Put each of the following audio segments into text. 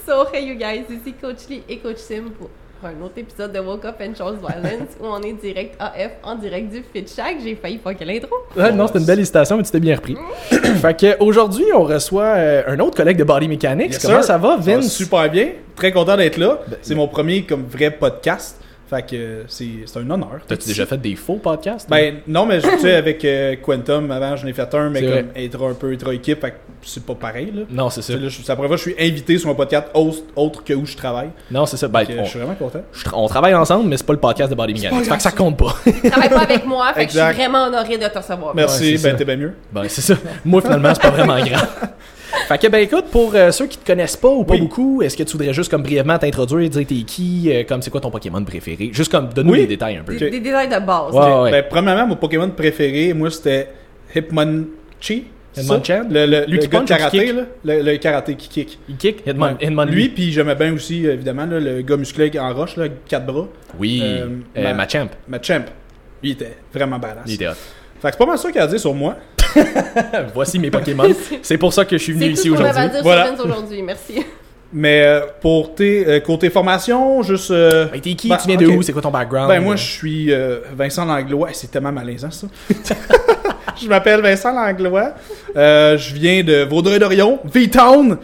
So, hey you guys, ici Coach Lee et Coach Sim pour un autre épisode de Woke Up and Chose Violence où on est direct AF en direct du Fit Shack. J'ai failli fucker l'intro. Non, c'était une belle hésitation, mais tu t'es bien repris. Fait que aujourd'hui, on reçoit un autre collègue de Body Mechanics. Yes, Comment sir. ça va, Vince? Ça va super bien. Très content d'être là. C'est mon premier comme vrai podcast. Fait que c'est un honneur. T'as-tu déjà fait des faux podcasts? Ben non, mais tu sais, avec Quantum, avant j'en ai fait un, mais C'est comme être un peu équipe, fait que c'est pas pareil là. Non, c'est ça. Tu sais, là, c'est la première fois que je suis invité sur un podcast autre que où je travaille. Non, c'est ça. Ben, Fait que je suis vraiment content. on travaille ensemble, mais c'est pas le podcast de Body Mechanics. Fait que ça compte pas. Travaille pas avec moi, fait que je Exact. suis vraiment honorée de te recevoir. Merci, Ouais, c'est ça. t'es bien mieux. Ben, c'est ça. Moi, finalement, c'est pas vraiment grave. Fait que, ben, écoute, pour ceux qui te connaissent pas ou pas Oui. beaucoup, est-ce que tu voudrais juste comme brièvement t'introduire, dire t'es qui, comme c'est quoi ton Pokémon préféré? Juste comme, donne-nous Oui. les détails un peu. Des détails de base. Ouais, ouais. Ben, premièrement, mon Pokémon préféré, moi c'était Hitmonchan. Hitmonchan? Le Lui qui gars de punch ou qui karaté, kick? là. Le karaté qui kick. Il kick? Ouais. Hitmon Lui, puis j'aimais bien aussi, évidemment, là, le gars musclé en roche, là, 4 bras. Oui. Machamp. Machamp. Il était vraiment badass. Il était hot. Fait que c'est pas mal ça qu'il a dit sur moi. Voici mes Pokémon. C'est pour ça que je suis venu C'est tout ici ce qu'on avait à aujourd'hui. dire Voilà. sur Vince aujourd'hui. Merci. Mais pour tes côté formation, juste. Ben, t'es qui? Ben, Tu viens de ok. où? C'est quoi ton background? Ben moi je suis Vincent Langlois. C'est tellement malaisant ça. Je m'appelle Vincent Langlois. Je viens de Vaudreuil-Dorion, V-Town.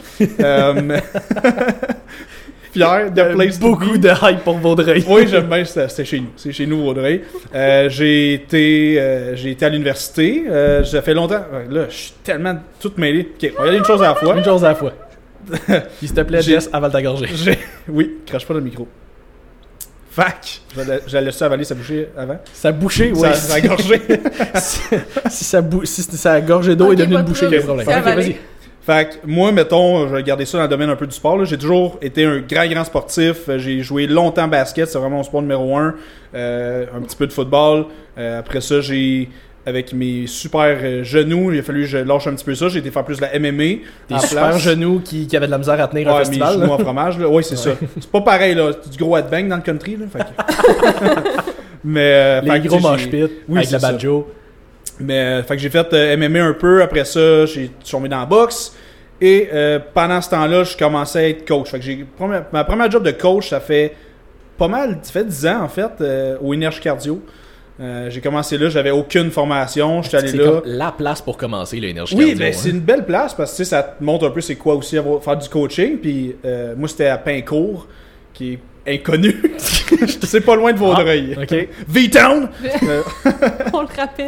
Fier de place to beaucoup be. de hype pour Vaudreuil. Oui, j'aime bien, c'était chez nous. C'est chez nous, Vaudreuil. J'ai été à l'université. Ça fait longtemps. Là, je suis tellement tout mêlé. Ok, on va y aller une chose à la fois. Une chose à la fois. S'il te plaît, J'ai- Jess, avale ta gorgée. Oui, crache pas dans le micro. Fac! J'allais laisser avaler sa bouchée avant. Sa bouchée, oui. Ça a gorgé. si sa gorgée d'eau Ok, est devenue pas une de bouchée, il y a un trouble. problème. C'est Ok, vas-y. avalé. Fait que moi, mettons, je vais garder ça dans le domaine un peu du sport. là. J'ai toujours été un grand sportif. J'ai joué longtemps basket, c'est vraiment mon sport numéro 1. Un petit peu de football. Après ça, avec mes super genoux, il a fallu que je lâche un petit peu ça. J'ai été faire plus de la MMA. Des en super place. genoux qui avaient de la misère à tenir un Ouais, mes festival. genoux là. en fromage. Là. Oui, c'est ça. C'est pas pareil, là. C'est du gros headbang dans le country. Là. Fait que- Mais, Les fait que, gros tu sais, mosh pit Oui, avec c'est la ça. banjo. Mais fait que j'ai fait MMA un peu. Après ça, j'ai tombé dans la boxe. Et pendant ce temps-là, je commençais à être coach. Fait que ma première job de coach, ça fait pas mal, ça fait 10 ans en fait, au Énergie Cardio. J'ai commencé là, j'avais aucune formation. Je suis allé C'est là. comme la place pour commencer l'énergie Oui, cardio. ben, hein. c'est une belle place parce que tu sais, ça te montre un peu c'est quoi aussi faire du coaching. Puis moi, c'était à Pincourt, qui est inconnu. C'est pas loin de Vaudreuil. Ah, ok. V-Town! On le rappelle.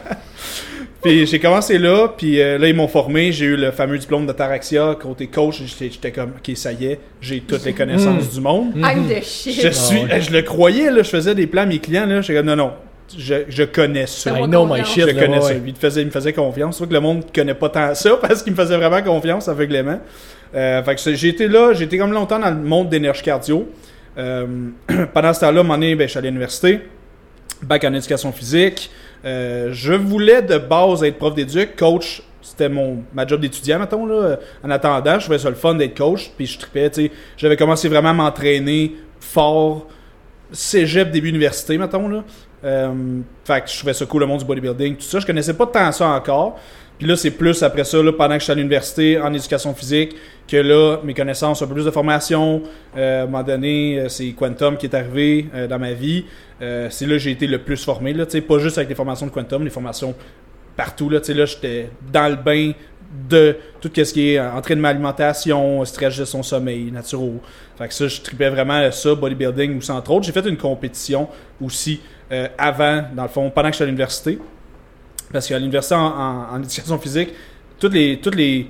Puis j'ai commencé là, puis là ils m'ont formé, j'ai eu le fameux diplôme de Taraxia, côté coach, j'étais comme ok ça y est, j'ai toutes les connaissances du monde. I'm the shit. Je le croyais là, je faisais des plans à mes clients là, j'étais comme non, je connais ça. Fais-moi I know my confiance. shit. Je là, connais ça. ouais. Il me faisait confiance. C'est vrai que le monde connaît pas tant ça parce qu'il me faisait vraiment confiance aveuglément. Fait que j'ai été comme longtemps dans le monde d'énergie cardio. Pendant ce temps-là, à un moment donné, je suis allé à l'université, bac en éducation physique. Je voulais de base être prof d'éduc, coach. C'était ma job d'étudiant, mettons, là. En attendant, je trouvais ça le fun d'être coach. Puis je tripais, tu sais. J'avais commencé vraiment à m'entraîner fort. Cégep, début université, mettons, là. Fait que je trouvais ça cool, le monde du bodybuilding, tout ça. Je connaissais pas tant ça encore. Puis là, c'est plus après ça, là, pendant que je suis à l'université en éducation physique, que là, mes connaissances, un peu plus de formation. À un moment donné, c'est Quantum qui est arrivé dans ma vie. C'est là que j'ai été le plus formé, là, tu sais, pas juste avec les formations de Quantum, les formations partout, là, tu sais, là, j'étais dans le bain de tout ce qui est entraînement, alimentation, stress, gestion sommeil, naturo. Fait que ça, je tripais vraiment ça, bodybuilding aussi, entre autres. J'ai fait une compétition aussi avant, dans le fond, pendant que j'étais à l'université. Parce qu'à l'université en éducation physique, toutes les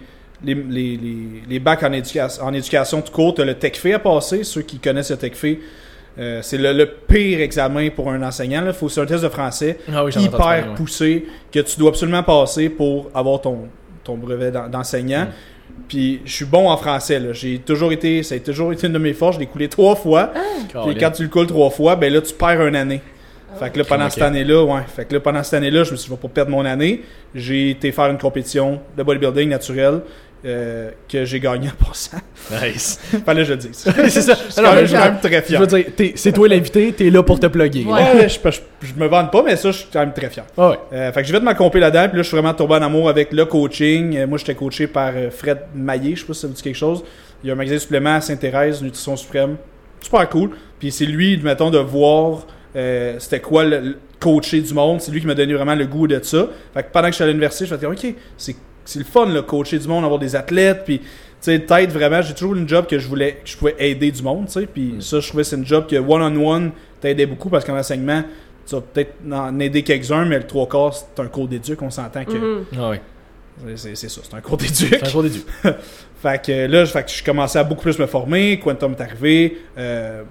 bacs en éducation tout court, t'as le TECFE à passer. Ceux qui connaissent le TECFE, c'est le pire examen pour un enseignant. C'est un test de français Ah oui, j'en ai entendu hyper parler, ouais. poussé que tu dois absolument passer pour avoir ton brevet d'enseignant. Puis je suis bon en français. Là. Ça a toujours été une de mes forces. Je l'ai coulé 3 fois. Puis quand tu le coules 3 fois, ben là, tu perds une année. Fait que là, pendant cette année-là, je me suis dit, je vais pas perdre mon année. J'ai été faire une compétition de bodybuilding naturel que j'ai gagné en passant. Nice. Fallait que je le dise. C'est ça. Je suis quand même très Je fier. veux dire, c'est toi l'invité, t'es là pour te plugger. Ouais. là. Ouais, je me vante pas, mais ça, je suis quand même très fier. Ah ouais. Fait que je vais de ma compé là-dedans, puis là, je suis vraiment tombé en amour avec le coaching. Moi, j'étais coaché par Fred Maillé, je sais pas si ça vous dit quelque chose. Il y a un magasin supplément à Sainte-Thérèse, Nutrition Suprême. Super cool. Puis c'est lui, mettons, de voir c'était quoi le coacher du monde. C'est lui qui m'a donné vraiment le goût de ça. Fait que pendant que je suis à l'université, je me suis dit, OK, c'est le fun, là, coacher du monde, avoir des athlètes. Puis, tu sais, peut-être vraiment, j'ai toujours une job que je pouvais aider du monde, tu sais. Puis ça, je trouvais que c'est une job que one-on-one t'aidait beaucoup parce qu'en enseignement, tu vas peut-être en aider quelques-uns, mais le 3/4, c'est un cours d'éduc. On s'entend que. Ah oui. C'est ça, c'est un cours d'éduc. C'est un cours d'éduc. Fait que là, je commençais à beaucoup plus me former. Quantum est arrivé. Un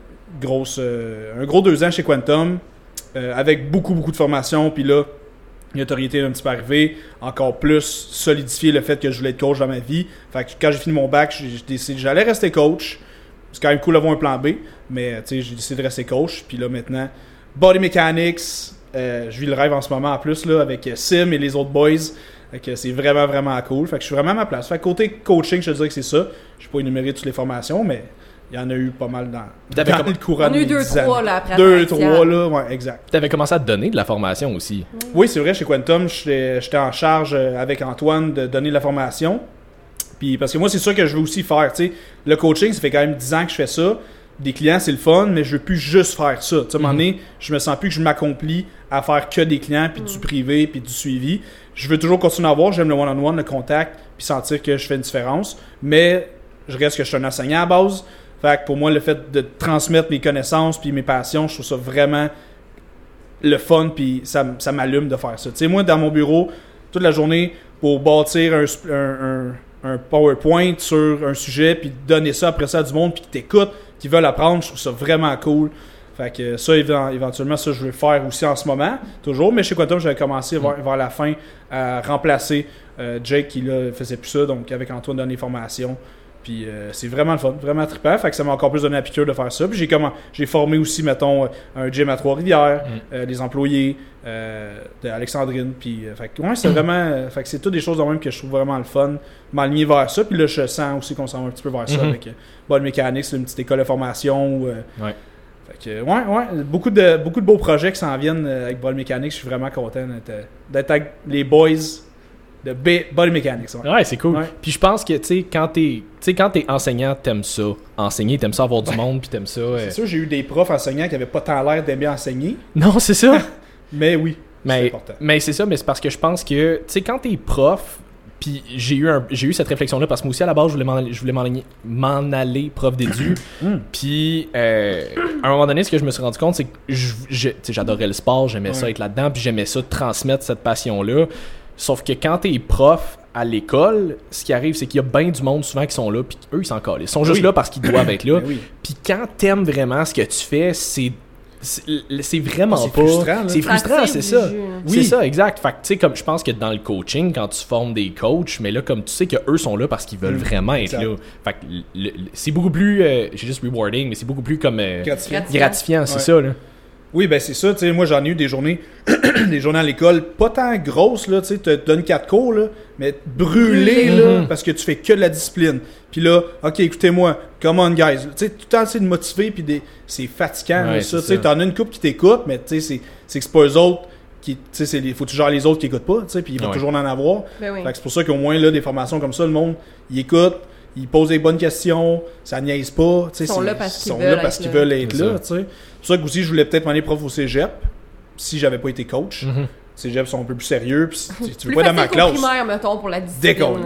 gros 2 ans chez Quantum. Avec beaucoup de formation. Puis là, l'autorité est un petit peu arrivée. Encore plus solidifier le fait que je voulais être coach dans ma vie. Fait que quand j'ai fini mon bac, j'ai décidé que j'allais rester coach. C'est quand même cool d'avoir un plan B. Mais j'ai décidé de rester coach. Puis là, maintenant, Body Mechanics. Je vis le rêve en ce moment en plus là, avec Sim et les autres boys. Fait que c'est vraiment cool. Fait que je suis vraiment à ma place. Fait que côté coaching, je te dirais que c'est ça. Je vais pas énumérer toutes les formations, mais il y en a eu pas mal dans le courant de mes 10 ans. On a eu 2-3 là après. 2-3 là, ouais, exact. Tu avais commencé à te donner de la formation aussi. Oui, c'est vrai, chez Quantum, j'étais en charge avec Antoine de donner de la formation. Puis parce que moi, c'est ça que je veux aussi faire. T'sais. Le coaching, ça fait quand même 10 ans que je fais ça. Des clients, c'est le fun, mais je veux plus juste faire ça. À un moment donné, je me sens plus que je m'accomplis à faire que des clients, puis du privé, puis du suivi. Je veux toujours continuer à avoir. J'aime le one-on-one, le contact, puis sentir que je fais une différence. Mais je reste que je suis un enseignant à la base. Fait que pour moi, le fait de transmettre mes connaissances puis mes passions, je trouve ça vraiment le fun, puis ça m'allume de faire ça. Tu sais, moi, dans mon bureau, toute la journée, pour bâtir un PowerPoint sur un sujet, puis donner ça après ça à du monde, puis qui t'écoute, qui veulent apprendre, je trouve ça vraiment cool. Fait que ça, éventuellement, ça, je vais faire aussi en ce moment, toujours. Mais chez Quantum, j'avais commencé vers la fin à remplacer Jake, qui là, faisait plus ça, donc avec Antoine, donner formation. Puis c'est vraiment le fun, vraiment trippant. Fait que ça m'a encore plus donné la piqûre de faire ça. Puis j'ai formé aussi, mettons, un gym à Trois-Rivières, les employés de Alexandrine. Puis fait que ouais, c'est vraiment. Fait que c'est toutes des choses de même que je trouve vraiment le fun, m'aligner vers ça. Puis là, je sens aussi qu'on s'en va un petit peu vers ça avec Body Mechanics, une petite école de formation. Ouais. Fait que ouais, beaucoup de beaux projets qui s'en viennent avec Body Mechanics. Je suis vraiment content d'être avec les boys de Body Mechanics. Ouais, c'est cool. Ouais. Puis je pense que, tu sais, quand t'es enseignant, t'aimes ça. Enseigner, t'aimes ça avoir du monde, puis t'aimes ça. C'est sûr, j'ai eu des profs enseignants qui avaient pas tant l'air d'aimer enseigner. Non, c'est ça. Mais oui, c'est important. Mais c'est ça, mais c'est parce que je pense que, tu sais, quand t'es prof, puis j'ai eu cette réflexion-là, parce que moi aussi, à la base, je voulais m'en aller prof d'édu. Puis, à un moment donné, ce que je me suis rendu compte, c'est que j'adorais le sport, j'aimais ça être là-dedans, puis j'aimais ça transmettre cette passion-là. Sauf que quand t'es prof à l'école, ce qui arrive, c'est qu'il y a bien du monde souvent qui sont là, puis eux, ils s'en calent. Ils sont juste là parce qu'ils doivent être là. Puis quand t'aimes vraiment ce que tu fais, c'est vraiment c'est pas... frustrant, là. C'est frustrant, c'est ça. Jeu, C'est ça, exact. Fait que, tu sais, comme je pense que dans le coaching, quand tu formes des coachs, mais là, comme tu sais qu'eux sont là parce qu'ils veulent vraiment être là. Fait que c'est beaucoup plus... j'ai juste rewarding, mais c'est beaucoup plus comme... gratifiant, c'est ça, là. Oui, ben c'est ça, tu sais, moi j'en ai eu des journées à l'école, pas tant grosses, là, tu sais, te donnes 4 cours, là, mais brûlées, là, parce que tu fais que de la discipline. Puis là, ok, écoutez-moi, come on guys, tu sais, tout le temps, c'est de motiver, puis c'est fatigant, Ouais, là, ça, tu sais, t'en as une couple qui t'écoute, mais tu sais, c'est que c'est pas eux autres qui, tu sais, il faut toujours les autres qui écoutent pas, tu sais, puis il va toujours en avoir. Ben oui. Fait que c'est pour ça qu'au moins, là, des formations comme ça, le monde, il écoute, il pose des bonnes questions, ça niaise pas, tu sais, ils sont là parce qu'ils veulent être là, C'est tu sais. C'est pour ça que aussi, je voulais peut-être m'en aller prof au cégep, si j'avais pas été coach. Cégep sont un peu plus sérieux, puis tu veux pas être dans ma classe. Primaire, mettons, pour la discipline. Décolle.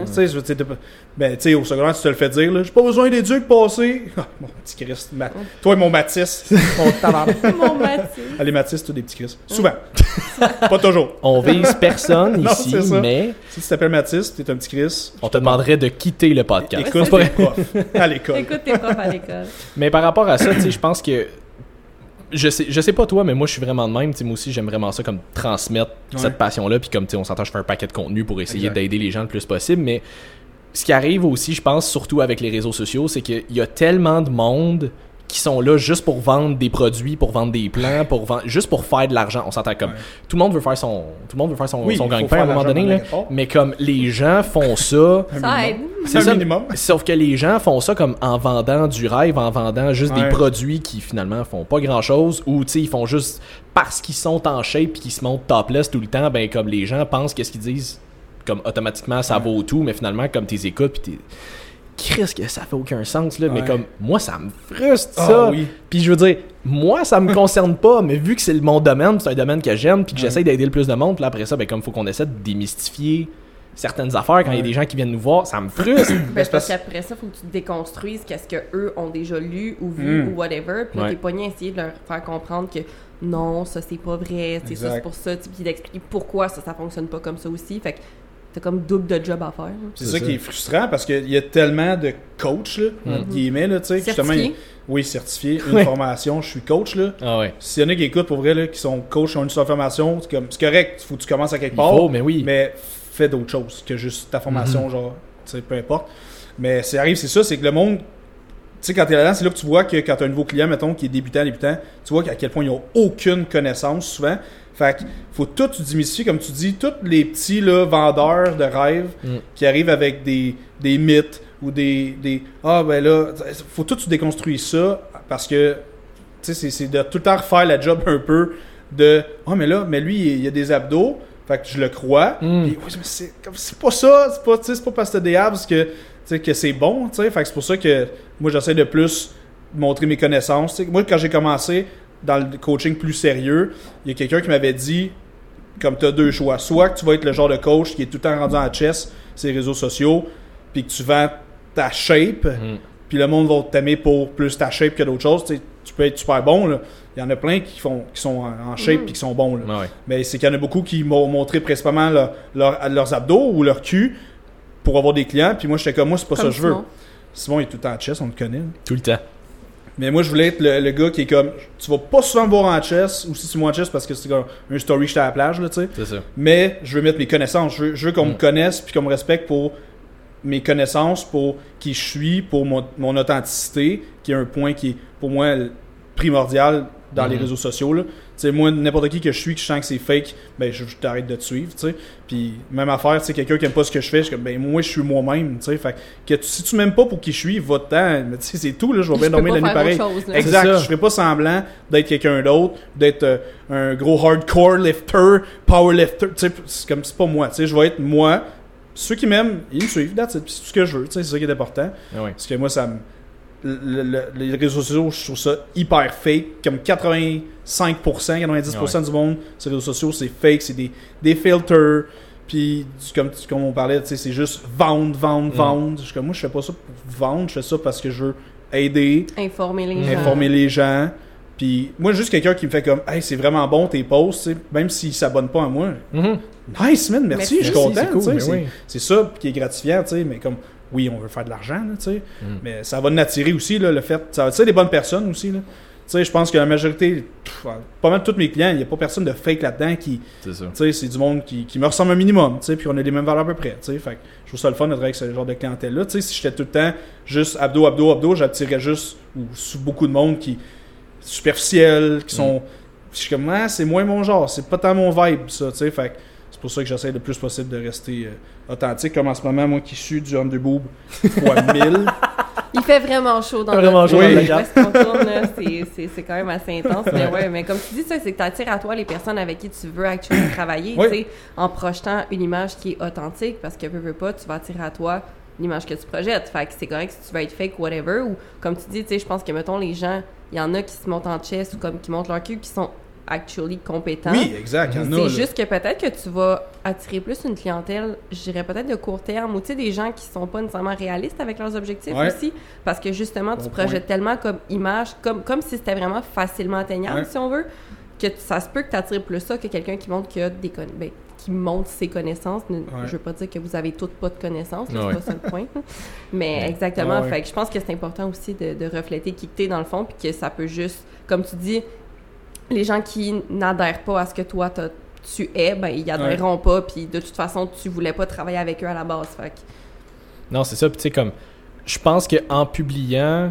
Tu sais, au secondaire, tu te le fais dire, là, j'ai pas besoin d'éduc passer. Ah, mon petit Christ. Toi et mon Mathis. Mon Mathis. Allez, Mathis, tous des petits Christ. Souvent. Pas toujours. On vise personne Non, ici, c'est ça. mais Si tu t'appelles Mathis, t'es un petit Christ. on te demanderait de quitter le podcast. Écoute tes profs à l'école. Écoute tes profs à l'école. Mais par rapport à ça, tu sais, je pense que je sais pas toi, mais moi je suis vraiment de même. T'sais, moi aussi j'aime vraiment ça, comme transmettre cette passion-là. Puis comme on s'entend, je fais un paquet de contenu pour essayer d'aider les gens le plus possible. Mais ce qui arrive aussi, je pense, surtout avec les réseaux sociaux, c'est qu'il y a tellement de monde qui sont là juste pour vendre des produits, pour vendre des plans, juste pour faire de l'argent. On s'entend comme tout le monde veut faire son gagne-pain à un moment donné, là, mais comme les gens font ça, Ça aide. c'est un ça, minimum. sauf que les gens font ça comme en vendant du rêve, en vendant juste des produits qui finalement font pas grand-chose, ou tu sais ils font juste parce qu'ils sont en shape et qu'ils se montrent topless tout le temps, ben comme les gens pensent que ce qu'ils disent comme automatiquement ça vaut tout, mais finalement comme t'es écoutes puis Chris, que ça fait aucun sens, là. Ouais. Mais comme, moi, ça me frustre, Ah, ça. oui. Puis je veux dire, moi, ça me concerne pas, mais vu que c'est mon domaine, c'est un domaine que j'aime, puis que j'essaie d'aider le plus de monde, puis là, après ça, ben, comme faut qu'on essaie de démystifier certaines affaires quand il y a des gens qui viennent nous voir, ça me frustre. Ben, parce qu'après ça, faut que tu déconstruises qu'est-ce qu'eux ont déjà lu ou vu ou whatever. Puis là, t'es pogné à essayer de leur faire comprendre que non, ça c'est pas vrai, c'est ça, c'est pour ça. Puis d'expliquer pourquoi ça fonctionne pas comme ça aussi. Fait que t'as comme double de job à faire. C'est ça qui est frustrant parce qu'il y a tellement de coachs, là, entre guillemets, là, tu sais, justement. Oui, certifié, une formation, je suis coach, là. Ah ouais. S'il y en a qui écoutent pour vrai, là, qui sont coachs, ont une seule formation, c'est correct, il faut que tu commences à quelque part. Mais oui. Mais fais d'autres choses que juste ta formation, genre, tu sais, peu importe. Mais ça arrive, c'est ça, c'est que le monde, tu sais, quand t'es là-dedans, c'est là que tu vois que quand t'as un nouveau client, mettons, qui est débutant, tu vois à quel point ils n'ont aucune connaissance, souvent. Fait qu'il faut tout démystifier, comme tu dis, tous les petits là, vendeurs de rêves qui arrivent avec des mythes ou ah ben là, faut tout déconstruire ça parce que tu sais, c'est de tout le temps refaire la job un peu de mais lui il a des abdos, fait que je le crois. Puis, mais c'est pas ça, c'est pas parce que t'as des abs que c'est bon, tu sais. Fait que c'est pour ça que moi j'essaie de plus montrer mes connaissances. T'sais. Moi quand j'ai commencé dans le coaching plus sérieux, il y a quelqu'un qui m'avait dit, comme tu as deux choix, soit que tu vas être le genre de coach qui est tout le temps rendu en chess, sur les réseaux sociaux, puis que tu vends ta shape, puis le monde va t'aimer pour plus ta shape que d'autres choses. T'sais, tu peux être super bon, là. Il y en a plein qui sont en shape et qui sont bons. Là. Ouais. Mais c'est qu'il y en a beaucoup qui m'ont montré principalement leurs abdos ou leur cul pour avoir des clients, puis moi j'étais comme, moi c'est pas ça que je veux. Simon il est tout le temps en chess, on le connaît. Là. Tout le temps. Mais moi, je voulais être le gars qui est comme... Tu vas pas souvent me voir en chess, ou si tu me vois en chess parce que c'est comme un story que j'étais à la plage, là, tu sais. C'est ça. Mais je veux mettre mes connaissances. Je veux qu'on me connaisse puis qu'on me respecte pour mes connaissances, pour qui je suis, pour mon authenticité, qui est un point qui est, pour moi, primordial dans les réseaux sociaux, là. Tu sais, moi, n'importe qui que je suis, que je sens que c'est fake, ben, je t'arrête de te suivre, tu sais. Puis, même affaire, tu sais, quelqu'un qui aime pas ce que je fais, je suis comme, ben, moi, je suis moi-même, tu sais. Fait que si tu m'aimes pas pour qui je suis, va-t'en. Mais tu sais, c'est tout, là, je vais bien dormir la nuit pareil. Exact. Je ferai pas semblant d'être quelqu'un d'autre, d'être un gros hardcore lifter, power lifter, tu sais. C'est comme, c'est pas moi, tu sais. Je vais être moi. Ceux qui m'aiment, ils me suivent, that's it. Puis c'est tout ce que je veux, tu sais. C'est ça qui est important. Ah ouais. Parce que moi, ça me. Les réseaux sociaux, je trouve ça hyper fake. Comme 85%, 90% du monde sur les réseaux sociaux, c'est fake. C'est des filters. Puis, comme on parlait, c'est juste vendre. Je suis comme, moi, je fais pas ça pour vendre. Je fais ça parce que je veux aider. Informer les gens. Puis, moi, juste quelqu'un qui me fait comme, hey, c'est vraiment bon tes posts, même s'il ne s'abonne pas à moi. Nice, man, merci, je suis content. C'est cool, c'est ça qui est gratifiant, tu sais, mais comme. Oui, on veut faire de l'argent, tu sais, mais ça va nous attirer aussi, là, le fait... Ça va attirer des bonnes personnes aussi, là. Tu sais, je pense que la majorité, pas mal de tous mes clients, il n'y a pas personne de fake là-dedans qui... C'est ça. Tu sais, c'est du monde qui me ressemble un minimum, tu sais, puis on a les mêmes valeurs à peu près, tu sais. Fait que je trouve ça le fun de travailler avec ce genre de clientèle-là. Tu sais, si j'étais tout le temps juste abdos, j'attirerais juste beaucoup de monde qui... superficiel, qui sont... Je suis comme, c'est moins mon genre, c'est pas tant mon vibe, ça, tu sais, fait que... C'est pour ça que j'essaie le plus possible de rester authentique, comme en ce moment, moi qui suis du underboob fois 1000. Il fait vraiment chaud dans vraiment chaud dans le où est-ce qu'on tourne, là, c'est quand même assez intense. Mais ouais, mais comme tu dis, ça, c'est que tu attires à toi les personnes avec qui tu veux actuellement travailler, tu sais, en projetant une image qui est authentique, parce que veux pas, tu vas attirer à toi l'image que tu projettes. Fait que c'est correct si tu veux être fake, whatever, ou comme tu dis, tu sais, je pense que, mettons, les gens, il y en a qui se montent en chest ou comme qui montent leur cul, qui sont actually compétents. Oui, exact. C'est juste que peut-être que tu vas attirer plus une clientèle, je dirais peut-être de court terme, ou tu sais, des gens qui sont pas nécessairement réalistes avec leurs objectifs aussi, parce que justement, tu projettes tellement comme image, comme si c'était vraiment facilement atteignable, si on veut, que ça se peut que tu attires plus ça que quelqu'un qui montre qu'il y a des qui montre ses connaissances. Je veux pas dire que vous avez toutes pas de connaissances, c'est pas ça le point. Mais exactement, fait que je pense que c'est important aussi de refléter qui t'es dans le fond, puis que ça peut juste, comme tu dis, les gens qui n'adhèrent pas à ce que toi tu es, ben ils adhéreront pas, puis de toute façon tu voulais pas travailler avec eux à la base, fait que... Non, c'est ça, puis tu sais, comme je pense qu'en publiant,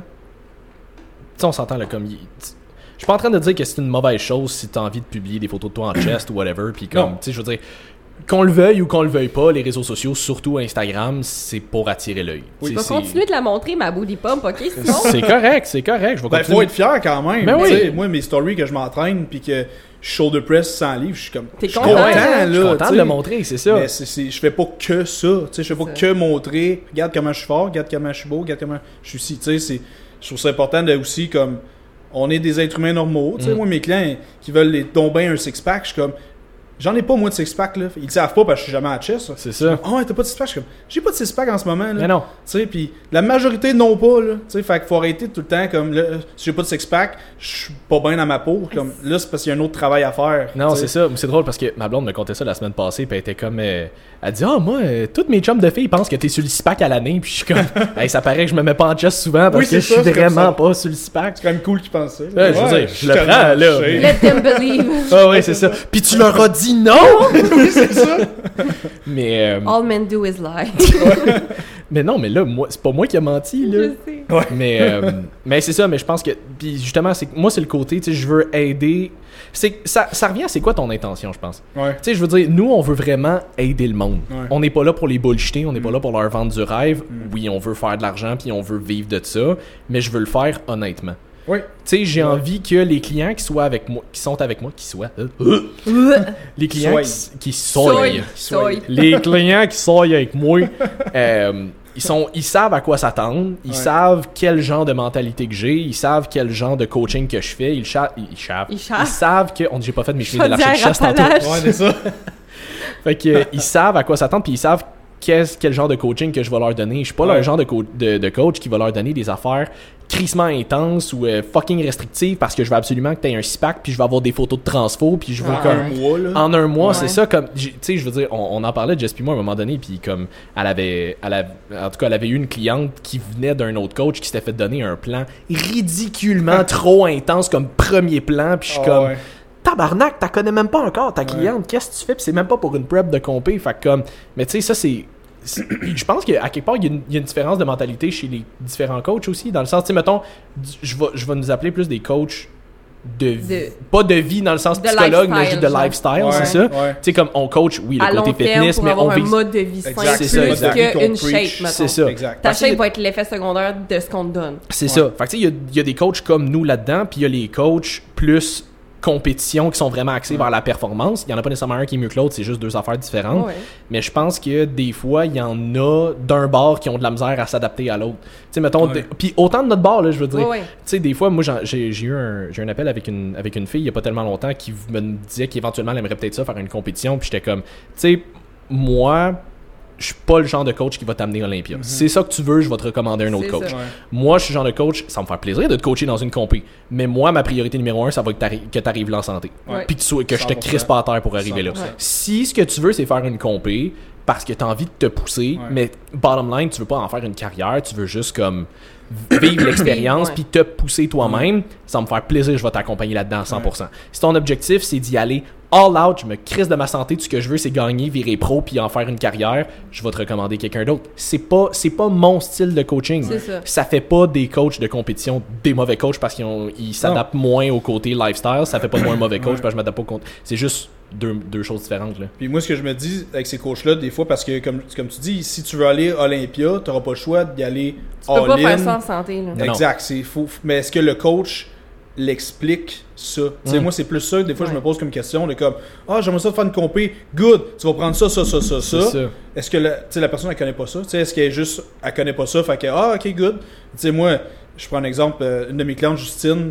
tu sais, on s'entend là, comme je suis pas en train de dire que c'est une mauvaise chose si t'as envie de publier des photos de toi en chest ou whatever, puis comme, tu sais, je veux dire, qu'on le veuille ou qu'on le veuille pas, les réseaux sociaux, surtout Instagram, c'est pour attirer l'œil. Oui. Je vais continuer de la montrer, ma booty pump, ok? Sinon... C'est correct. Je vais continuer. Faut être fier quand même. Ben oui. Moi, mes stories que je m'entraîne puis que je shoulder press 100 livres, je suis comme... T'es content, là. Je suis content de le montrer, c'est ça. Mais je fais pas que ça. Je fais pas que montrer, regarde comment je suis fort, regarde comment je suis beau, regarde comment je suis ci. Je trouve ça important de aussi comme... On est des êtres humains normaux. Moi, mes clients qui veulent tomber un six-pack, je suis comme... J'en ai pas, moi, de six-pack, là. Ils le savent pas parce que je suis jamais à chess. C'est ça. Oh, t'as pas de six-pack? Je suis comme, j'ai pas de six-pack en ce moment, là. Mais non. Tu sais, puis la majorité n'ont pas, là. Tu sais, fait qu'il faut arrêter tout le temps, comme, là, si j'ai pas de six-pack, je suis pas bien dans ma peau. Comme, là, c'est parce qu'il y a un autre travail à faire. Non, t'sais. c'est ça. C'est drôle parce que ma blonde me contait ça la semaine passée, puis elle était comme. Elle dit moi, toutes mes chums de filles pensent que t'es sur le six-pack à l'année, puis je suis comme. Hey, ça paraît que je me mets pas en chess souvent parce que je suis vraiment pas sur le six-pack. C'est quand même cool qu'ils pensent ça. Ouais, je veux dire, je le prends, là. Let them believe. Ah, ouais, c'est ça. Puis tu leur as dit non! Oui, c'est ça. Mais. All men do is lie. Mais non, mais là, moi, c'est pas moi qui a menti, là. Je sais. Ouais. Mais c'est ça, mais je pense que. Puis justement, moi, c'est le côté, tu sais, je veux aider. Ça revient à c'est quoi ton intention, je pense. Ouais. Tu sais, je veux dire, nous, on veut vraiment aider le monde. Ouais. On n'est pas là pour les bullshiter, on n'est pas là pour leur vendre du rêve. Oui, on veut faire de l'argent, puis on veut vivre de ça, mais je veux le faire honnêtement. Oui. Tu sais, j'ai envie que les clients qui sont avec moi, les clients qui soient, les clients qui soient avec moi, ils savent à quoi s'attendre, ils savent quel genre de mentalité que j'ai, ils savent quel genre de coaching que je fais, ils savent que j'ai pas fait de mes chevilles de l'archer de chasse tantôt. Ouais, c'est ça. Fait que ils savent à quoi s'attendre, puis ils savent quel genre de coaching que je vais leur donner. Je suis pas le genre de coach qui va leur donner des affaires crissement intenses ou fucking restrictives parce que je veux absolument que tu aies un six-pack puis je vais avoir des photos de transfo puis je veux en un mois, c'est ça. Comme tu sais, je veux dire, on en parlait de Jess puis moi à un moment donné, puis comme elle avait eu une cliente qui venait d'un autre coach qui s'était fait donner un plan ridiculement trop intense comme premier plan, puis je suis comme tabarnak, t'as connais même pas encore ta cliente, qu'est-ce que tu fais? Puis c'est même pas pour une prep de compé, fait comme, mais tu sais, ça c'est je pense qu'à quelque part, il y a une différence de mentalité chez les différents coachs aussi, dans le sens, tu sais, mettons, je vais nous appeler plus des coachs pas de vie dans le sens psychologue, mais juste de lifestyle, c'est ça? Tu sais, comme on coach, oui, le côté fitness, mais on vise... un mode de vie sain plus qu'une shape, mettons. C'est ça. Ta shape va être l'effet secondaire de ce qu'on te donne. C'est ça. Fait que tu sais, il y a des coachs comme nous là-dedans, puis il y a les coachs plus compétition qui sont vraiment axés vers la performance. Il n'y en a pas nécessairement un qui est mieux que l'autre, c'est juste deux affaires différentes. Mais je pense que des fois, il y en a d'un bord qui ont de la misère à s'adapter à l'autre. Tu sais, mettons, puis autant de notre bord, là, je veux dire. Tu sais, des fois, moi, j'ai eu un appel avec une fille il n'y a pas tellement longtemps qui me disait qu'éventuellement, elle aimerait peut-être ça, faire une compétition. Puis j'étais comme, tu sais, moi, je suis pas le genre de coach qui va t'amener à Olympia. Si c'est ça que tu veux, je vais te recommander un autre coach. Moi, je suis le genre de coach, ça va me faire plaisir de te coacher dans une compé. Mais moi, ma priorité numéro 1, ça va être que tu arrives là en santé. Puis que je te crisse pas à terre pour arriver 100%. Là. Si ce que tu veux, c'est faire une compé parce que tu as envie de te pousser, mais bottom line, tu veux pas en faire une carrière, tu veux juste comme vivre l'expérience puis te pousser toi-même, ça va me faire plaisir, je vais t'accompagner là-dedans à 100%. Si ton objectif, c'est d'y aller all out, je me crisse de ma santé, tout ce que je veux, c'est gagner, virer pro puis en faire une carrière, je vais te recommander quelqu'un d'autre. C'est pas mon style de coaching. Ça fait pas des coachs de compétition des mauvais coachs parce qu'ils s'adaptent moins au côté lifestyle, ça fait pas de moi un mauvais coach parce que je m'adapte pas au côté. C'est juste deux choses différentes là. Puis moi, ce que je me dis avec ces coachs-là, des fois, parce que comme tu dis, si tu veux aller à Olympia, t'auras pas le choix d'y aller all-in. Tu peux pas faire ça en santé, là. Exact, c'est fou. Mais est-ce que le coach l'explique ça? Moi, c'est plus ça que des fois, je me pose comme question de comme, j'aimerais ça faire une compé, good, tu vas prendre ça. Est-ce que la personne, elle connaît pas ça? Est-ce qu'elle elle connaît pas ça, fait que, ok, good. Moi, je prends un exemple, une de mes clientes, Justine,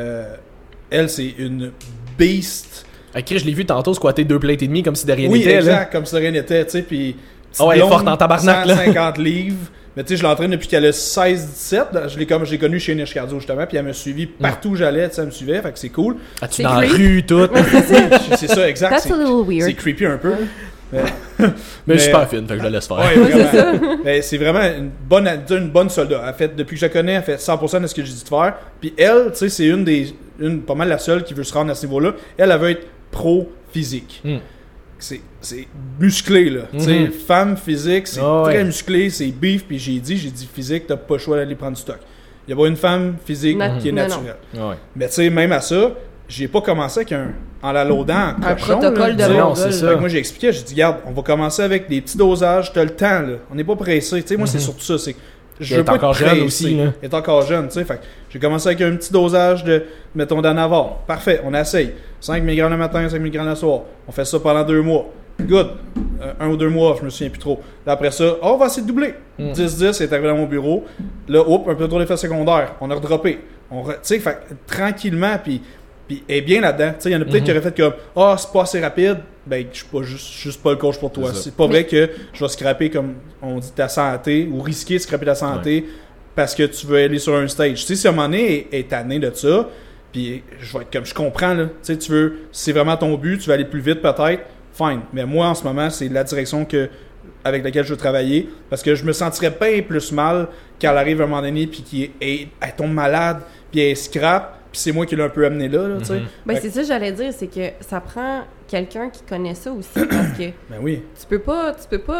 elle, c'est une beast. Chris, je l'ai vu tantôt squatter 2 plates et demi comme si de rien n'était. Oui, exact, comme si de rien n'était, tu sais, puis... elle est forte en tabarnak, là. 150 livres. Mais tu sais, je l'entraîne depuis qu'elle a 16-17. Je l'ai connu chez Niche Cardio, justement, puis elle me suivi partout où j'allais, tu sais, elle me suivait, fait que c'est cool. Tu dans la rue, tout. C'est ça, exact. That's a little weird. C'est creepy un peu. Mais je suis super fine, fait que je la laisse faire. C'est ça. Mais c'est vraiment une bonne soldat. Elle fait, depuis que je la connais, elle fait 100% de ce que j'ai dit de faire. Puis elle, tu sais, c'est pas mal la seule qui veut se rendre à ce niveau-là. Elle veut être pro physique. C'est musclé, là. Tu sais, femme physique, c'est très musclé, c'est beef. Puis j'ai dit physique, t'as pas le choix d'aller prendre du stock. Il y a pas une femme physique qui est naturelle. Mais tu sais, même à ça, j'ai pas commencé avec en la loadant en un cochon, protocole là, de non, Mongol. c'est ça. Fait que moi, j'ai expliqué, j'ai dit, regarde, on va commencer avec des petits dosages, t'as le temps, là. On n'est pas pressé. Tu sais, moi, c'est surtout ça. C'est que je Il veux est pas encore être jeune pressé. aussi, là. Il est encore jeune, tu sais. Fait que j'ai commencé avec un petit dosage de, mettons, d'Anavar. Parfait, on essaye. 5 mg le matin, 5 mg le soir. On fait ça pendant 2 mois. Good. 1 ou 2 mois, je me souviens plus trop. Là, après ça, on va essayer de doubler. 10-10, c'est arrivé dans mon bureau. Là, un peu trop d'effets secondaires. On a redroppé. Tu sais, fait tranquillement, puis elle est bien là-dedans. Tu sais, il y en a peut-être qui auraient fait comme « Ah, c'est pas assez rapide. » Ben, je suis pas juste pas le coach pour toi. C'est pas vrai que je vais scraper, comme on dit, ta santé, ou risquer de scraper ta santé parce que tu veux aller sur un stage. Tu sais, si à un moment donné est tanné de ça, puis je vais être comme, je comprends, là. Tu sais, c'est vraiment ton but, tu veux aller plus vite peut-être, fine. Mais moi, en ce moment, c'est la direction avec laquelle je veux travailler, parce que je me sentirais bien plus mal quand elle arrive à un moment donné, puis elle tombe malade, puis elle scrape, puis c'est moi qui l'ai un peu amené là, tu sais. Ben, c'est ça, j'allais dire, c'est que ça prend quelqu'un qui connaît ça aussi, parce que ben oui. tu peux pas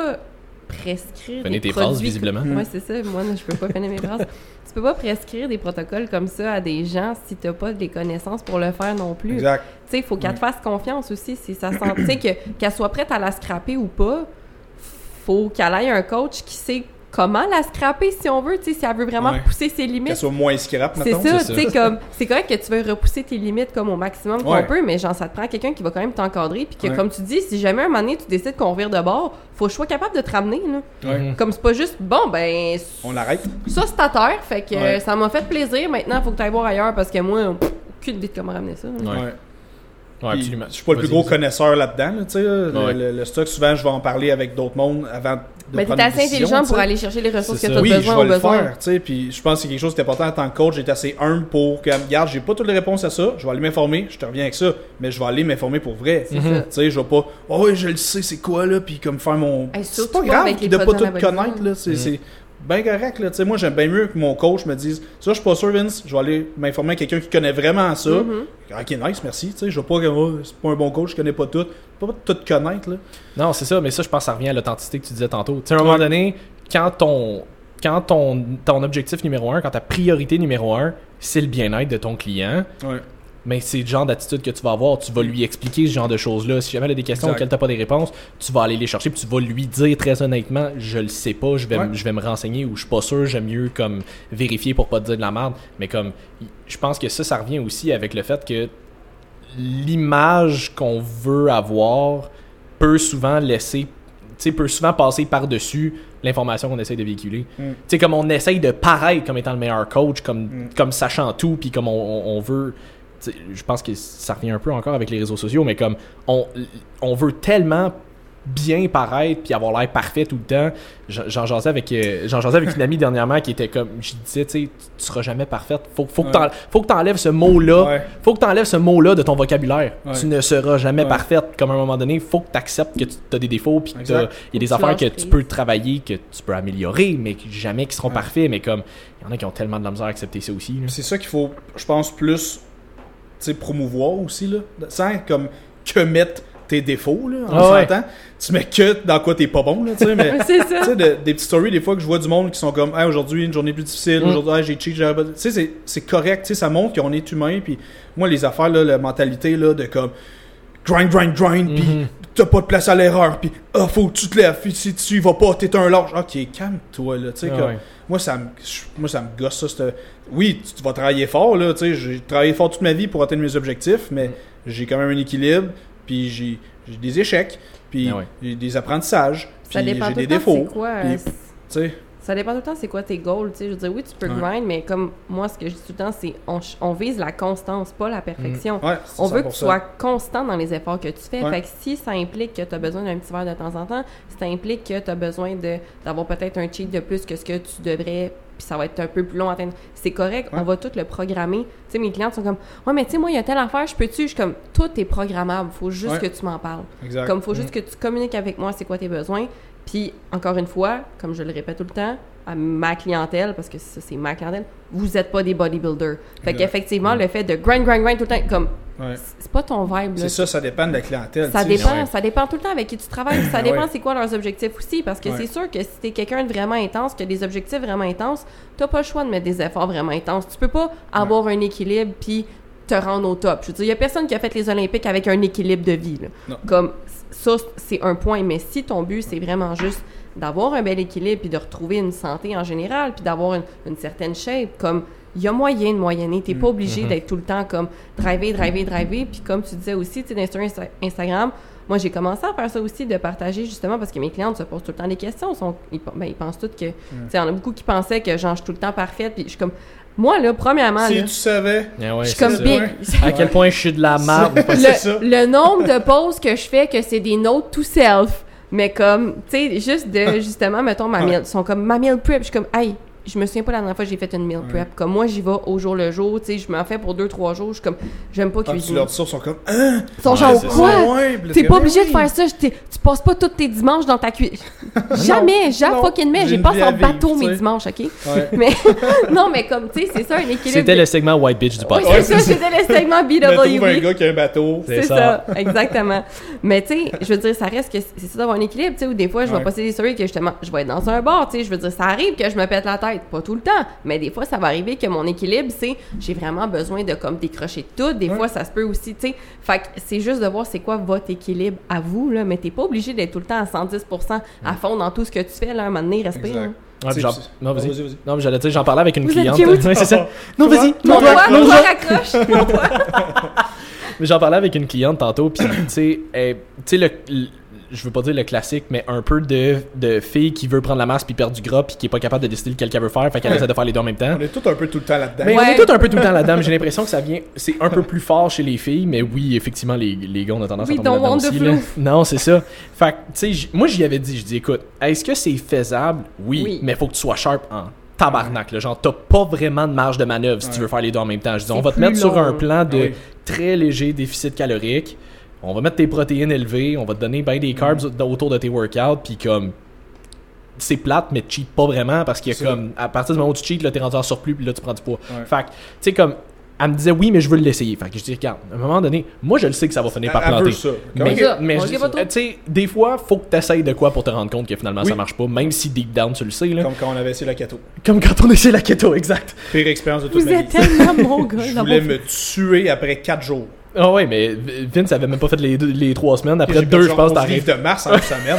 prescrire Finis des tes produits... phrases, visiblement. Ouais, c'est ça, moi, je peux pas finir mes phrases. Tu peux pas prescrire des protocoles comme ça à des gens si t'as pas les connaissances pour le faire non plus. Exact. Tu sais, il faut qu'elle te fasse confiance aussi, si ça sent... Tu sais, qu'elle soit prête à la scraper ou pas, faut qu'elle ait un coach qui sait comment la scraper si on veut, tu sais, si elle veut vraiment pousser ses limites. Qu'elle soit moins scrap, c'est mettons. ça, tu sais, comme, c'est correct que tu veux repousser tes limites comme au maximum qu'on Ouais. peut, mais genre, ça te prend quelqu'un qui va quand même t'encadrer, puis que, Ouais. comme tu dis, si jamais un moment donné, tu décides qu'on vire de bord, faut que je sois capable de te ramener, là. Ouais. Comme c'est pas juste, bon, ben, On l'arrête. ça, c'est à terre, fait que Ouais. ça m'a fait plaisir, maintenant, faut que tu ailles voir ailleurs, parce que moi, aucune idée de comment ramener ça. là. Ouais. Ouais, Puis, absolument. je suis pas le plus Vas-y, gros vas-y. connaisseur là-dedans, là, tu sais. Ouais. Le stock, souvent, je vais en parler avec d'autres mondes avant de Mais prendre t'es une assez décision, intelligent tu sais. pour aller chercher les ressources C'est que ça. t'as Oui, besoin je au vais le besoin. faire, tu sais, puis je pense que c'est quelque chose qui est important en tant que coach, j'étais assez humble pour que, regarde, j'ai pas toutes les réponses à ça, je vais aller m'informer, je te reviens avec ça, mais je vais aller m'informer pour vrai. Tu ça. sais, je vais pas, oh oui, je le sais, c'est quoi, là, puis comme faire mon... Hey, c'est surtout pas pas grave avec les de pas produits tout anabolisants. connaître, là, c'est bien correct, là, tu sais, moi, j'aime bien mieux que mon coach me dise, ça, je suis pas sûr, Vince, je vais aller m'informer à quelqu'un qui connaît vraiment ça. Ok, nice, merci, tu sais, je vais pas, c'est pas un bon coach, je connais pas tout, pas tout connaître, là. Non, c'est ça, mais ça, je pense que ça revient à l'authenticité que tu disais tantôt. Tu sais, à un moment donné, quand ton objectif numéro 1, quand ta priorité numéro 1, c'est le bien-être de ton client, Ouais. mais c'est le genre d'attitude que tu vas avoir. Tu vas lui expliquer ce genre de choses-là. Si jamais il a des questions Exact. auxquelles tu n'as pas des réponses, tu vas aller les chercher puis tu vas lui dire très honnêtement, je le sais pas, je vais me renseigner ou je suis pas sûr, j'aime mieux comme vérifier pour pas te dire de la merde. Mais comme, je pense que ça revient aussi avec le fait que l'image qu'on veut avoir peut souvent peut souvent passer par-dessus l'information qu'on essaye de véhiculer. Tu sais, comme on essaye de paraître comme étant le meilleur coach, comme sachant tout, puis comme on veut... Tu sais, je pense que ça revient un peu encore avec les réseaux sociaux, mais comme on veut tellement bien paraître puis avoir l'air parfait tout le temps. J'en jasais avec une amie dernièrement qui était comme, je disais, tu sais, tu seras jamais parfaite. Faut que t'enlèves ce mot-là. Ouais. Faut que t'enlèves ce mot-là de ton vocabulaire. Ouais. Tu ne seras jamais parfaite. Comme à un moment donné, faut que tu acceptes que tu as des défauts puis qu'il y a des Tu affaires lâches que prise. tu peux travailler, que tu peux améliorer, mais jamais qui seront parfaits. Mais comme, il y en a qui ont tellement de la misère à accepter ça aussi. Là. C'est ça qu'il faut, je pense, plus promouvoir aussi, là. Sans comme que mettre tes défauts, là, en s'entend. Tu mets que dans quoi t'es pas bon, là, tu sais, mais C'est ça. tu sais, des petites stories, des fois, que je vois du monde qui sont comme, hey, aujourd'hui, une journée plus difficile, aujourd'hui, hey, j'ai cheat, tu sais, c'est correct, tu sais, ça montre qu'on est humain, puis moi, les affaires, là, la mentalité, là, de comme, grind, puis t'as pas de place à l'erreur, puis faut que tu te lèves, puis si tu y vas pas, t'es un lâche. Ok, calme-toi, là, tu sais, comme, moi, ça me gosse, ça. Oui, tu vas travailler fort, là, tu sais, j'ai travaillé fort toute ma vie pour atteindre mes objectifs, mais j'ai quand même un équilibre, puis j'ai des échecs, puis j'ai des apprentissages, puis Ça dépend j'ai tout des le temps défauts. c'est quoi. Puis, tu sais, Ça dépend tout le temps c'est quoi tes goals, tu sais. Je veux dire, oui, tu peux grind, mais comme moi, ce que je dis tout le temps, c'est on vise la constance, pas la perfection. ouais, On veut que tu 100%. sois constant dans les efforts que tu fais. Ouais. Fait que si ça implique que tu as besoin d'un petit verre de temps en temps, si ça implique que tu as besoin d'avoir peut-être un cheat de plus que ce que tu devrais, puis ça va être un peu plus long à atteindre, c'est correct, on va tout le programmer. Tu sais, mes clients sont comme, ouais, mais tu sais, moi, il y a telle affaire, je suis comme, tout est programmable, faut juste que tu m'en parles. Exact. Comme, faut juste que tu communiques avec moi, c'est quoi tes besoins. Puis, encore une fois, comme je le répète tout le temps, à ma clientèle, parce que ça, c'est ma clientèle, vous n'êtes pas des bodybuilders. Fait Exact. qu'effectivement, le fait de grind tout le temps, comme, Ouais. c'est pas ton vibe, là. C'est ça dépend de la clientèle. Ça tu sais. dépend, ça dépend tout le temps avec qui tu travailles, ça dépend Ouais. c'est quoi leurs objectifs aussi, parce que c'est sûr que si t'es quelqu'un de vraiment intense, qui a des objectifs vraiment intenses, t'as pas le choix de mettre des efforts vraiment intenses. Tu peux pas avoir un équilibre puis te rendre au top. Je veux dire, il y a personne qui a fait les Olympiques avec un équilibre de vie, là. Non. Comme, ça, c'est un point. Mais si ton but, c'est vraiment juste d'avoir un bel équilibre, puis de retrouver une santé en général, puis d'avoir une certaine shape, comme, il y a moyen de moyenner. T'es pas obligé d'être tout le temps comme driver. Puis comme tu disais aussi, tu sais, sur Instagram, moi, j'ai commencé à faire ça aussi, de partager justement, parce que mes clientes se posent tout le temps des questions. Ils pensent toutes que... Tu sais, il y en a beaucoup qui pensaient que genre, je suis tout le temps parfaite, puis je suis comme... Moi, là, premièrement... Si là, tu savais... je suis comme big. À quel point je suis de la merde. Le nombre de posts que je fais, que c'est des notes to self, mais comme, tu sais, juste de, justement, mettons, ma meal, sont comme, ma meal prep, je suis comme, hey, je me souviens pas la dernière fois que j'ai fait une meal prep. Comme moi, j'y vais au jour le jour, tu sais, je m'en fais pour 2-3 jours, je suis comme, j'aime pas cuisiner. Tu leur dis ça, ils sont comme, hein? Ils sont genre, quoi? T'es pas obligé de faire faire ça, tu passes pas tous tes dimanches dans ta cuisine. Jamais, fucking mais, j'ai pas en bateau mes dimanches, ok? Ouais. Mais, non, mais comme, tu sais, c'est ça, un équilibre. C'était le segment White Bitch du Oui, podcast. c'est ça, c'était le segment Mais trouve un BWB. gars qui a un bateau. C'est ça, exactement. Mais tu sais, je veux dire, ça reste que c'est ça d'avoir un équilibre, tu sais, où des fois, je vais passer des stories que justement, je vais être dans un bar, tu sais, je veux dire, ça arrive que je me pète la tête, pas tout le temps, mais des fois, ça va arriver que mon équilibre, c'est, j'ai vraiment besoin de comme décrocher tout, des fois, ça se peut aussi, tu sais, fait que c'est juste de voir c'est quoi votre équilibre à vous, là, mais t'es pas obligé d'être tout le temps à 110% à fond dans tout ce que tu fais, là, un moment donné, respire. Exact. Ouais, puis Non, vas-y. vas-y. Non, mais j'allais dire, j'en parlais avec une Vous êtes cliente. cute. Ouais, c'est ça. Non, vas-y. Mon Non, doigt, non, mon non. doigt raccroche, mon doigt. Mais j'en parlais avec une cliente tantôt, puis tu sais, je veux pas dire le classique, mais un peu de fille qui veut prendre la masse puis perdre du gras puis qui est pas capable de décider lequel qu'elle veut faire, fait qu'elle essaie de faire les deux en même temps. On est tous un peu tout le temps là-dedans. Mais on est tous un peu tout le temps là-dedans. J'ai l'impression que ça vient, c'est un peu plus fort chez les filles, mais oui, effectivement, les gars, on a tendance à tomber là-dedans aussi. Là. Non, c'est ça. Fait que, tu sais, moi, j'y avais dit, je dis, écoute, est-ce que c'est faisable? Oui, mais faut que tu sois sharp en tabarnak. Là. Genre, t'as pas vraiment de marge de manœuvre si tu veux faire les deux en même temps. Je dis, on va te mettre sur un plan de très léger déficit calorique. On va mettre tes protéines élevées, on va te donner ben des carbs autour de tes workouts, puis comme c'est plate, mais tu cheat pas vraiment parce qu'il y a comme à partir du moment où tu cheat, là t'es rendu en surplus, puis là tu prends du poids. Fait que tu sais comme elle me disait oui, mais je veux l'essayer. Fait que je dis regarde, à un moment donné, moi je le sais que ça va finir par planter. Mais tu sais, des fois, faut que tu essayes de quoi pour te rendre compte que finalement ça marche pas, même si deep down tu le sais là. Comme quand on avait essayé la keto. Comme quand on essayait la keto, exact. Pire expérience de toute Vous ma vie. êtes tellement mon gars. Je voulais me tuer après 4 jours. Ah ouais, mais Vince avait même pas fait les 3 semaines. Après 2, je pense, t'as arrêté. J'ai de mars en une semaine.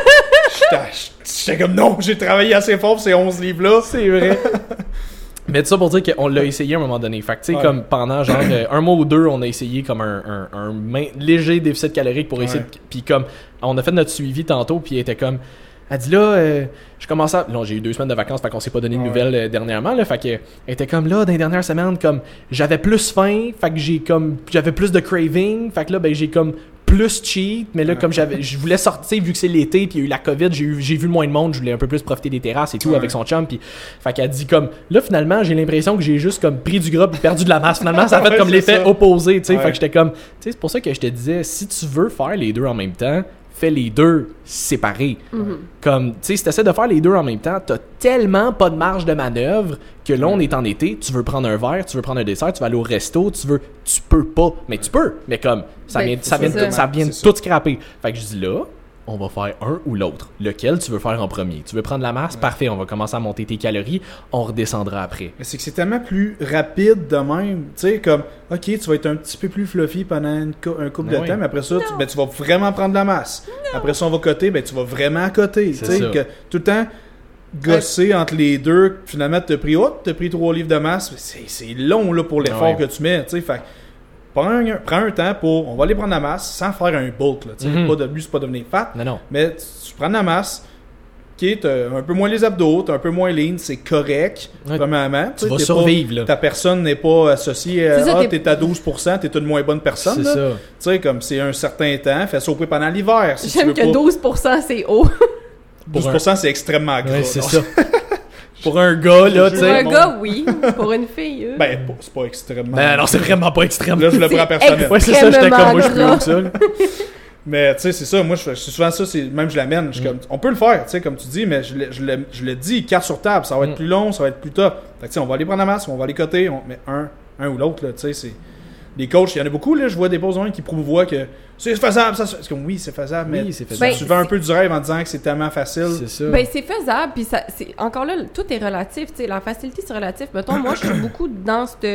J'étais comme non, j'ai travaillé assez fort pour ces 11 livres-là. C'est vrai. Mais tout ça pour dire qu'on l'a essayé à un moment donné. Fait que tu sais, comme pendant genre un mois ou deux, on a essayé comme un léger déficit calorique pour essayer. Puis comme, on a fait notre suivi tantôt, puis elle était comme... Elle dit là, je commençais à... Non, j'ai eu 2 semaines de vacances, fait qu'on s'est pas donné de nouvelles dernièrement, là. Fait que, elle était comme là, dans les dernières semaines, comme, j'avais plus faim, fait que j'avais plus de craving, fait que là, ben, j'ai comme plus cheat, mais là, comme je voulais sortir, vu que c'est l'été, puis il y a eu la COVID, j'ai vu moins de monde, je voulais un peu plus profiter des terrasses et tout avec son chum, puis fait qu'elle dit comme, là, finalement, j'ai l'impression que j'ai juste comme pris du gras puis perdu de la masse. Finalement, ça a fait comme l'effet opposé, tu sais. Fait que j'étais comme, tu sais, c'est pour ça que je te disais, si tu veux faire les deux en même temps, fais les deux séparés. Comme, tu sais, si tu essaies de faire les deux en même temps, t'as tellement pas de marge de manœuvre que là, on est en été, tu veux prendre un verre, tu veux prendre un dessert, tu vas aller au resto, tu peux pas. Mais tu peux. Mais comme, ça vient de tout scraper. Fait que je dis là, on va faire un ou l'autre. Lequel tu veux faire en premier? Tu veux prendre la masse? Parfait, on va commencer à monter tes calories. On redescendra après. Mais c'est que c'est tellement plus rapide de même. Tu sais, comme, OK, tu vas être un petit peu plus fluffy pendant un couple de temps, mais après ça, tu vas vraiment prendre la masse. Après ça, on va coter, ben tu vas vraiment coter. Tu sais, que tout le temps, gosser entre les deux, finalement, t'as pris 3 livres de masse. C'est long là, pour l'effort que tu mets. Tu sais, fait prends un temps pour... On va aller prendre la masse sans faire un bulk. Là, le but, c'est pas devenir fat. Non. Mais tu prends la masse, t'as un peu moins les abdos, t'as un peu moins lean, c'est correct. Premièrement. Tu vas survivre. Là. Ta personne n'est pas associée à... t'es à 12%, t'es une moins bonne personne. C'est ça. Tu sais, comme c'est un certain temps, fais sauper pendant l'hiver. Si J'aime que 12% c'est haut. 12% c'est extrêmement gros. Ouais, c'est ça. Pour un gars, là, tu sais. Pour un gars, oui. Pour une fille, Ben, c'est pas extrêmement. Ben non, c'est vraiment pas extrême. Là, je le prends personnel. Ouais, c'est ça, j'étais comme moi, je suis plus haut que ça. Mais tu sais, c'est ça. Moi, c'est souvent ça. Même je l'amène. Je suis comme, on peut le faire, tu sais, comme tu dis, mais je le dis, carte sur table. Ça va être plus long, ça va être plus top. Fait que tu sais, on va aller prendre la masse, on va aller coter, on met un ou l'autre, là, tu sais, c'est. Les coachs, il y en a beaucoup, là, je vois des besoins qui promouvoient que c'est faisable, ça. C'est comme, oui, c'est faisable, mais c'est faisable. Tu vends un peu du rêve en disant que c'est tellement facile. C'est ça. Ben, c'est faisable, puis encore là, tout est relatif, tu sais, la facilité, c'est relatif. Mettons, moi, je suis beaucoup dans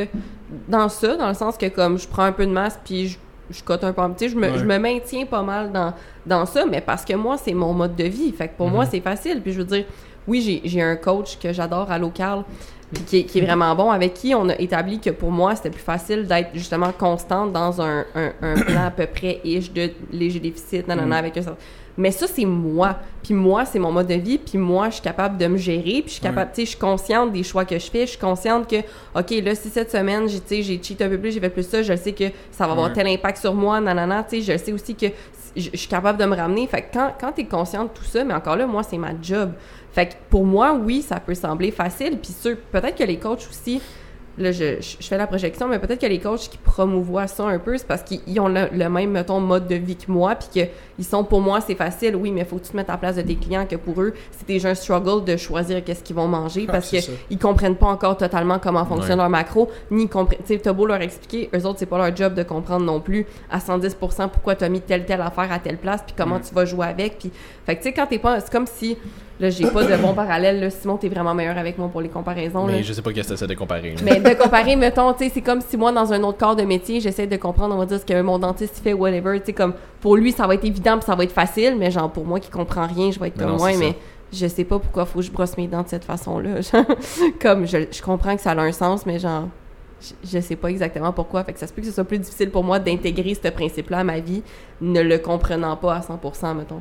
dans ça, dans le sens que comme je prends un peu de masse puis je cote un peu, tu sais, je me maintiens pas mal dans ça, mais parce que moi, c'est mon mode de vie. Fait que pour moi, c'est facile. Puis je veux dire, oui, j'ai un coach que j'adore à local, puis qui est vraiment bon, avec qui on a établi que pour moi, c'était plus facile d'être justement constante dans un plan à peu près ish de léger déficit, avec ça. Mais ça, c'est moi. Puis moi, c'est mon mode de vie. Puis moi, je suis capable de me gérer. Puis je suis capable, tu sais, je suis consciente des choix que je fais. Je suis consciente que, OK, là, si cette semaine, j'ai cheat un peu plus, j'ai fait plus ça, je sais que ça va avoir tel impact sur moi, tu sais, je sais aussi que je suis capable de me ramener. Fait que quand t'es consciente de tout ça, mais encore là, moi, c'est ma job. Fait que pour moi, oui, ça peut sembler facile. Puis peut-être que les coachs aussi, là, je fais la projection, mais peut-être que les coachs qui promouvoient ça un peu, c'est parce qu'ils ont le même, mettons, mode de vie que moi, puis qu'ils sont, pour moi, c'est facile, oui, mais faut que tu te mettes à la place de tes clients, que pour eux, c'est déjà un struggle de choisir qu'est-ce qu'ils vont manger, parce qu'ils comprennent pas encore totalement comment fonctionne leur macro, ni comprennent, tu sais, t'as beau leur expliquer, eux autres, c'est pas leur job de comprendre non plus à 110% pourquoi t'as mis telle affaire à telle place, puis comment tu vas jouer avec, puis, fait que, tu sais, quand t'es pas, c'est comme si... Là, j'ai pas de bon parallèle. Là. Simon, t'es vraiment meilleur avec moi pour les comparaisons. Mais là. je sais pas qu'est-ce que c'est de comparer. Là. Mais de comparer, mettons, tu sais, c'est comme si moi, dans un autre corps de métier, j'essaie de comprendre, on va dire, ce que mon dentiste fait, whatever. Tu sais, comme, pour lui, ça va être évident puis ça va être facile, mais genre, pour moi qui comprends rien, je vais être comme, mais je sais pas pourquoi faut que je brosse mes dents de cette façon-là. Comme, je comprends que ça a un sens, mais genre, je sais pas exactement pourquoi. Fait que ça se peut que ce soit plus difficile pour moi d'intégrer ce principe-là à ma vie, ne le comprenant pas à 100%, mettons.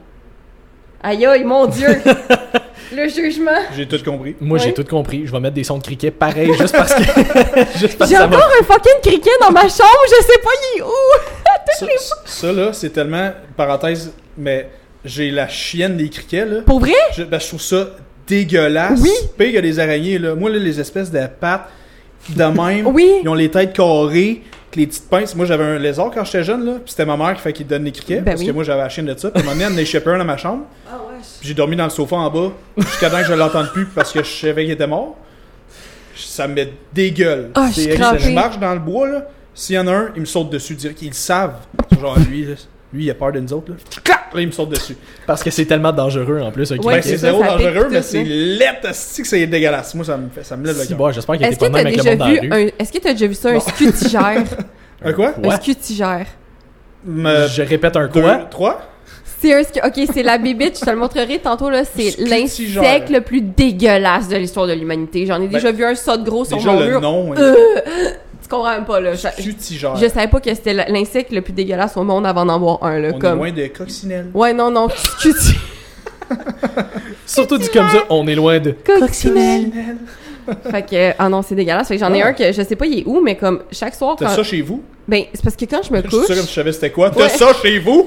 Aïe aïe, mon Dieu! Le jugement! J'ai tout compris. Moi, j'ai tout compris. Je vais mettre des sons de criquet pareil, juste parce que... J'ai encore un fucking criquet dans ma chambre, je sais pas il est où! Ça, là, c'est tellement... Parenthèse, mais j'ai la chienne des criquets, là. Pour vrai? Je trouve ça dégueulasse. Oui! Pire que les araignées, là. Moi, là, les espèces de pattes de même, oui. Ils ont les têtes carrées, les petites pinces. Moi, j'avais un lézard quand j'étais jeune, là, puis c'était ma mère qui fait qu'il donne les criquets, parce que moi, j'avais la chienne de ça. Puis à un moment donné, elle en échappait un dans ma chambre. Ah ouais. Puis j'ai dormi dans le sofa en bas, jusqu'à temps que je l'entende plus, parce que je savais qu'il était mort. Ça me dégueule. Ah, je marche dans le bois, là. S'il y en a un, ils me sautent dessus direct. Ils le savent. Genre, lui, il a peur de nous autres, là. Là, il me saute dessus. Parce que c'est tellement dangereux, en plus. Ouais, c'est zéro dangereux, mais c'est laid, que c'est dégueulasse. Moi, ça me lève le cœur. Bon, j'espère qu'il était pas même avec le monde dans la rue. Est-ce que t'as déjà vu ça, un scutigère? Un quoi? Un scutigère. Je répète un quoi? 2, 3? Ok, c'est la bébite, je te le montrerai tantôt, là. C'est l'insecte le plus dégueulasse de l'histoire de l'humanité. J'en ai déjà vu un ça de gros sur mon mur. Nom, tu comprends même pas, là. Je savais pas que c'était l'insecte le plus dégueulasse au monde avant d'en voir un, là. On est loin de coccinelle. Ouais, non, scutigère. Surtout dit comme ça, on est loin de coccinelle. Fait que, ah non, c'est dégueulasse. Fait que j'en ai un que je sais pas il est où, mais comme chaque soir. T'as ça chez vous? Ben, c'est parce que quand je me couche. Je suis sûr que je savais c'était quoi. T'as ça chez vous?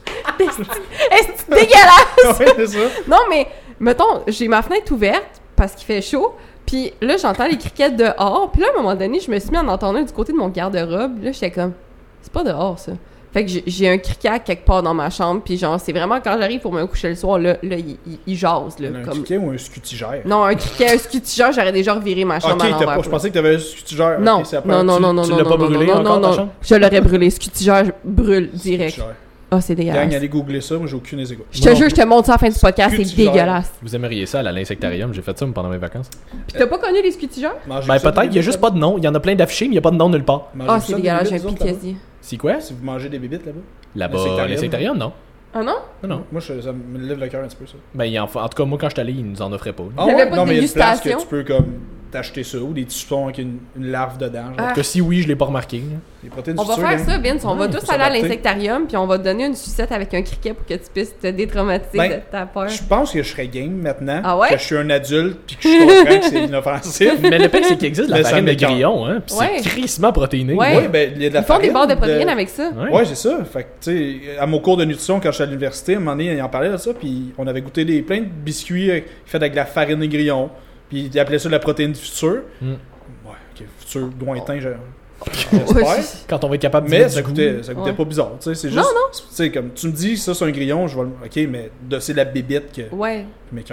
Est-ce dégueulasse? Ouais, c'est ça. Non, mais, mettons, j'ai ma fenêtre ouverte parce qu'il fait chaud. Puis là, j'entends les criquets dehors. Puis là, à un moment donné, je me suis mis à en entendre un du côté de mon garde-robe. Là, j'étais comme, c'est pas dehors, ça. Fait que j'ai un criquet quelque part dans ma chambre, puis genre, c'est vraiment quand j'arrive pour me coucher le soir, là il jase, là. Un criquet ou un scutigère? Non, un scutigère, j'aurais déjà reviré ma chambre à l'envers. Je pensais que t'avais un scutigère. Non, non. Tu l'as pas brûlé encore, ta chambre? Je l'aurais brûlé. Scutigère brûle direct. Ah, c'est dégueulasse. Gang, allez googler ça, moi j'ai aucune idée. Je te jure, je te montre ça à la fin du podcast, c'est dégueulasse. Vous aimeriez ça à l'insectarium, j'ai fait ça pendant mes vacances. Puis t'as pas connu les scutigères? Ben peut-être, il y a juste pas de nom, il y en a plein d'affichés, mais il y a pas de nom nulle part. Ah, c'est dégueulasse, j'ai un PTSD. C'est quoi? Si vous mangez des bébites là-bas? Là-bas, l'insectarium, non. Ah non? Non. Moi, ça me lève le cœur un petit peu, ça. Ben, en tout cas, moi, quand je suis allé, ils nous en offraient pas. Ah ouais? Non, mais il y a une place que tu peux, comme, t'acheter ça, ou des petits soupçons avec une larve dedans. En tout cas, si oui, je l'ai pas remarqué. On va faire ça, Vince. On va tous aller à l'insectarium, puis on va te donner une sucette avec un criquet pour que tu puisses te détraumatiser de ta peur. Je pense que je serais game maintenant, que je suis un adulte, puis que je comprends que c'est inoffensif. Mais le pire, c'est qu'il existe de la farine de grillon, hein, puis c'est crissement protéiné. Ouais, ben, il y a de la farine. Ils font des barres de protéines avec ça. Ouais, c'est ça. Fait que, tu sais, à mon cours de nutrition, quand j'étais à l'université, à un moment donné, ils en parlaient de ça, puis on avait goûté plein de biscuits faits avec de la farine de grillon, puis ils appelaient ça de la protéine du futur. Ouais, ok, futur lointain, j'espère. Quand on va être capable de mais ça goûtait pas bizarre, tu sais, c'est juste, non. tu sais, comme tu me dis ça c'est un grillon, je vais ok, mais c'est la bébite qui m'écoeure.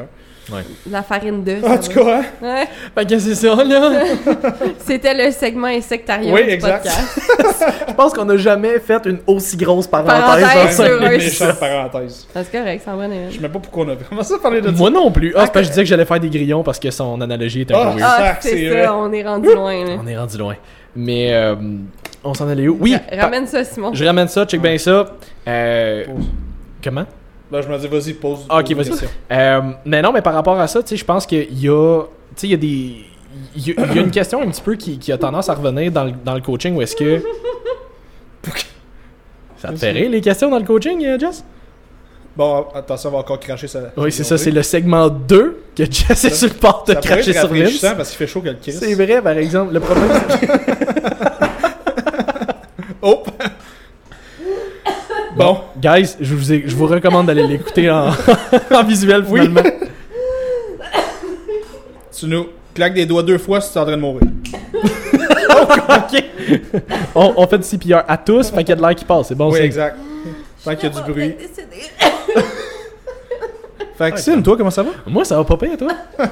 La farine de. En tout cas, hein? Ouais. Fait que c'est ça, là. C'était le segment insectarium Oui, du exact. podcast. Je pense qu'on n'a jamais fait une aussi grosse parenthèse. Parenthèse dans ça. sur Une un- méchante parenthèse. C'est correct, c'est en bonne Je sais même pas pourquoi on a commencé à parler de ça. Moi non plus. Ah, c'est parce que je disais que j'allais faire des grillons parce que son analogie était un peu weird. Ah, Sac, c'est c'est vrai. ça, on est rendu loin. Là. On est rendu loin. Mais on s'en allait où? Oui. Ramène ça, Simon. Je ramène ça, check bien ça. Pause. Comment? Là, je me dis, vas-y, pose. Ah, ok, pose une vas-y. question. Mais non, mais par rapport à ça, tu sais, je pense qu'il y a. Tu sais, il y a des. Il y a une question un petit peu qui a tendance à revenir dans le coaching où est-ce que. Ça te fait rire les questions dans le coaching, Jess? Bon, attention, on va encore cracher ça. Oui, c'est ça, c'est le segment 2 que Jess est sur le port de Ça pourrait cracher être sur Vince. rafraîchissant parce qu'il fait chaud que le Chris. C'est vrai, par exemple. Le problème, c'est que- Oh! Bon. Guys, je vous recommande d'aller l'écouter en, en visuel, finalement. Tu nous claques des doigts 2 fois si tu es en train de mourir. Ok. On fait du CPR à tous, fait qu'il y a de l'air qui passe. C'est bon, Oui, c'est exact. Tant qu'il y a du bruit. Décédé. Fait que Sim, toi, comment ça va? Moi, ça va pas pire, toi?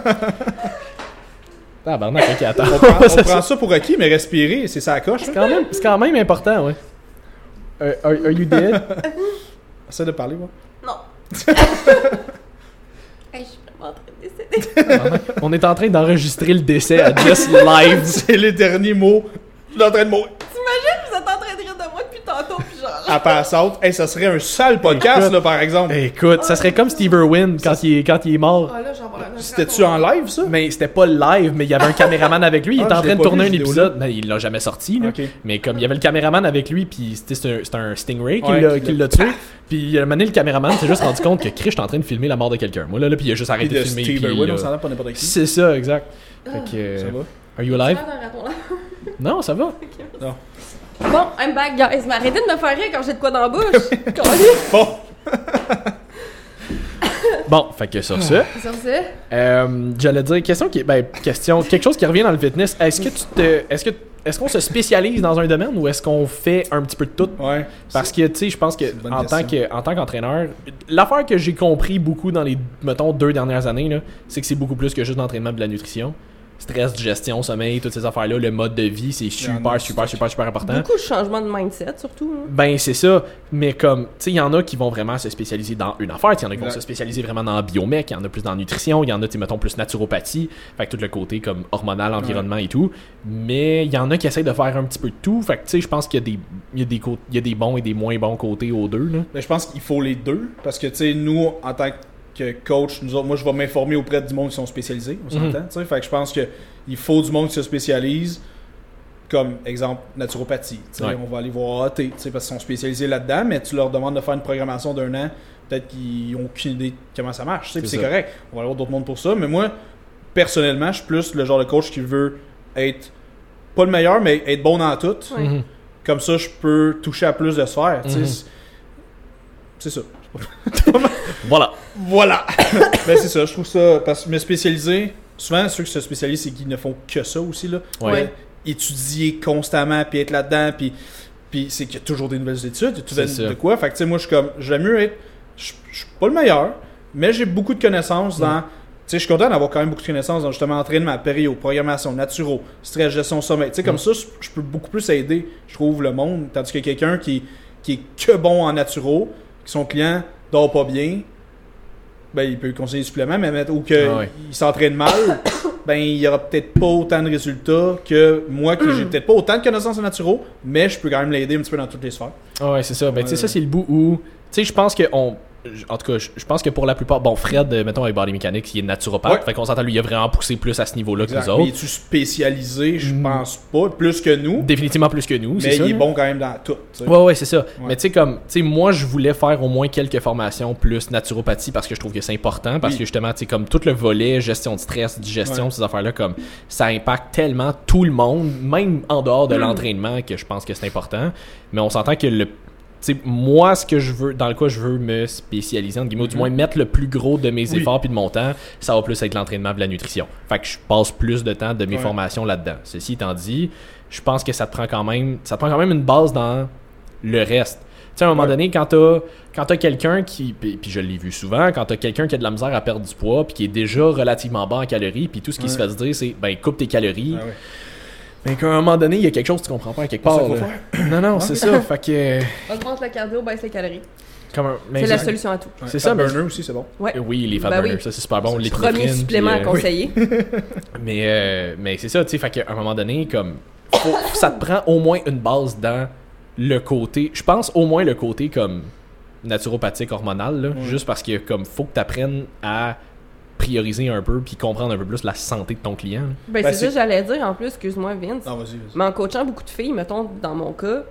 Tabarnak, ok, attends. On prend ça pour acquis, mais respirer, c'est ça à coche. hein? C'est quand même important, ouais. Are you dead? Essaie de parler, moi. Non. Hey, je suis vraiment en train de décéder. On est en train d'enregistrer le décès à Just Live. C'est les derniers mots. Je suis en train de mourir. T'imagines, vous êtes en train de rire de moi depuis tantôt, puis genre. À pass out. Hey, ça serait un sale podcast, Écoute. là, par exemple. Écoute, ça serait comme Steve Irwin quand il est mort. Ah là, j'en vois un. C'était-tu en live, ça? Mais c'était pas live, mais il y avait un caméraman avec lui. Il Ah, était en je l'ai train de pas tourner vu, un cette épisode. Mais il l'a jamais sorti, là. Ok. Mais comme il y avait le caméraman avec lui, puis c'était un Stingray qui Ouais, l'a- qui qui l'a- l'a tué. Puis à un moment donné, le caméraman s'est juste rendu compte que Chris, j'étais en train de filmer la mort de quelqu'un. Moi là, puis il a juste Puis arrêté de de filmer. Steve puis, Irwin, on s'entend pas n'importe qui. c'est ça, exact. Fait que, Ça va? Are you alive? Non, ça va. Non. Bon, I'm back, guys. Mais arrêtez de me faire rire quand j'ai de quoi dans la bouche. Caliste. Bon. Bon, fait que sur ça, Sur ça. j'allais dire question, quelque chose qui revient dans le fitness. Est-ce qu'on se spécialise dans un domaine ou est-ce qu'on fait un petit peu de tout? Ouais. Parce que, tu sais, je pense que une bonne en tant question. qu'entraîneur, l'affaire que j'ai compris beaucoup dans les, mettons, 2 dernières années, là, c'est que c'est beaucoup plus que juste l'entraînement et de la nutrition. Stress, digestion, sommeil, toutes ces affaires-là, le mode de vie, c'est Il y en a super important. Beaucoup de changements de mindset, surtout. Hein. Ben, c'est ça. Mais comme, tu sais, il y en a qui vont vraiment se spécialiser dans une affaire. Il y en a qui vont Exact. se spécialiser vraiment dans biomec. Il y en a plus dans la nutrition. Il y en a, tu sais, mettons, plus naturopathie. Fait que tout le côté comme hormonal, environnement et tout. Mais il y en a qui essayent de faire un petit peu de tout. Fait que, tu sais, je pense qu'il y a des bons et des moins bons côtés aux deux, là. Mais je pense qu'il faut les deux. Parce que, tu sais, nous, en tant que coach, nous autres, moi, je vais m'informer auprès du monde qui sont spécialisés. On s'entend, tu sais. Fait que je pense qu'il faut du monde qui se spécialise. Comme, exemple, naturopathie. Tu sais, Ouais. on va aller voir AT, tu sais, parce qu'ils sont spécialisés là-dedans, mais tu leur demandes de faire une programmation d'1 an. Peut-être qu'ils n'ont aucune idée de comment ça marche. Tu sais, puis C'est c'est ça. correct. On va avoir d'autres mondes pour ça. Mais moi, personnellement, je suis plus le genre de coach qui veut être, pas le meilleur, mais être bon dans tout. Ouais. Mhm. Comme ça, je peux toucher à plus de sphères. Tu sais. Mhm. C'est ça. Voilà. Voilà! Ben c'est ça, je trouve ça. Parce que me spécialiser, souvent ceux qui se spécialisent, c'est qu'ils ne font que ça aussi. Là. Ouais. Étudier constamment, puis être là-dedans, puis c'est qu'il y a toujours des nouvelles études, il y a toujours C'est ça. de quoi. Fait que tu sais, moi je suis comme, j'aime mieux être. Je suis pas le meilleur, mais j'ai beaucoup de connaissances dans. Tu sais, je suis content d'avoir quand même beaucoup de connaissances dans justement entraînement, pério, programmation, naturo, stress, gestion, sommeil. Tu sais, comme ça, je peux beaucoup plus aider, je trouve, le monde. Tandis que quelqu'un qui est que bon en naturo, que son client dort pas bien, ben il peut conseiller des suppléments, mais ou qu'il s'entraîne mal, ben il y aura peut-être pas autant de résultats que moi, que j'ai peut-être pas autant de connaissances en naturo, mais je peux quand même l'aider un petit peu dans toutes les sphères. Ah ouais, c'est ça. Ben, tu sais, Ouais. ça, c'est le bout où. Tu sais, je pense que en tout cas, je pense que pour la plupart. Bon, Fred, mettons, avec Body Mechanics, il est naturopathe. Ouais. Fait qu'on s'entend, lui, il a vraiment poussé plus à ce niveau-là que Exact. nous Mais autres. es-tu spécialisé? Je Mm. pense pas. Plus que nous, Définitivement plus que nous, c'est mais ça. il est là. bon quand même dans tout. Tu sais. Ouais, c'est ça. Mais tu sais, comme, tu sais, moi, je voulais faire au moins quelques formations plus naturopathie parce que je trouve que c'est important. Parce Oui. que justement, tu sais, comme tout le volet gestion de stress, digestion, Ouais. ces affaires-là, comme, ça impacte tellement tout le monde, même en dehors de l'entraînement, que je pense que c'est important. Mais on s'entend que tu sais, moi, ce que je veux, dans le cas, je veux me spécialiser, entre guillemets, ou du moins mettre le plus gros de mes Oui. efforts puis de mon temps, ça va plus être l'entraînement et la nutrition. Fait que je passe plus de temps de mes Ouais. formations là-dedans. Ceci étant dit, je pense que ça prend quand même une base dans le reste. sais, à un moment donné, quand t'as quelqu'un qui, puis je l'ai vu souvent, quand t'as quelqu'un qui a de la misère à perdre du poids, puis qui est déjà relativement bas en calories, puis tout ce qui se fait se dire, c'est, ben, coupe tes calories. Mais qu'à un moment donné, il y a quelque chose que tu comprends pas à quelque part. C'est ça qu'il faut faire. Non, c'est ça. Fait que. Augmente le cardio, baisse les calories. Mais c'est la solution à tout. Ouais, c'est ça, burner aussi, c'est bon. Ouais. Oui, les fat burners, ça c'est super bon. C'est le premier supplément à conseiller. Mais c'est ça, tu sais, fait qu'à un moment donné, comme ça te prend au moins une base dans le côté, je pense au moins le côté comme naturopathique hormonal, là, juste parce que comme faut que tu apprennes à prioriser un peu puis comprendre un peu plus la santé de ton client. Ben, c'est ça que j'allais dire en plus, excuse-moi Vince. Non, vas-y. Mais en coachant beaucoup de filles, mettons dans mon cas,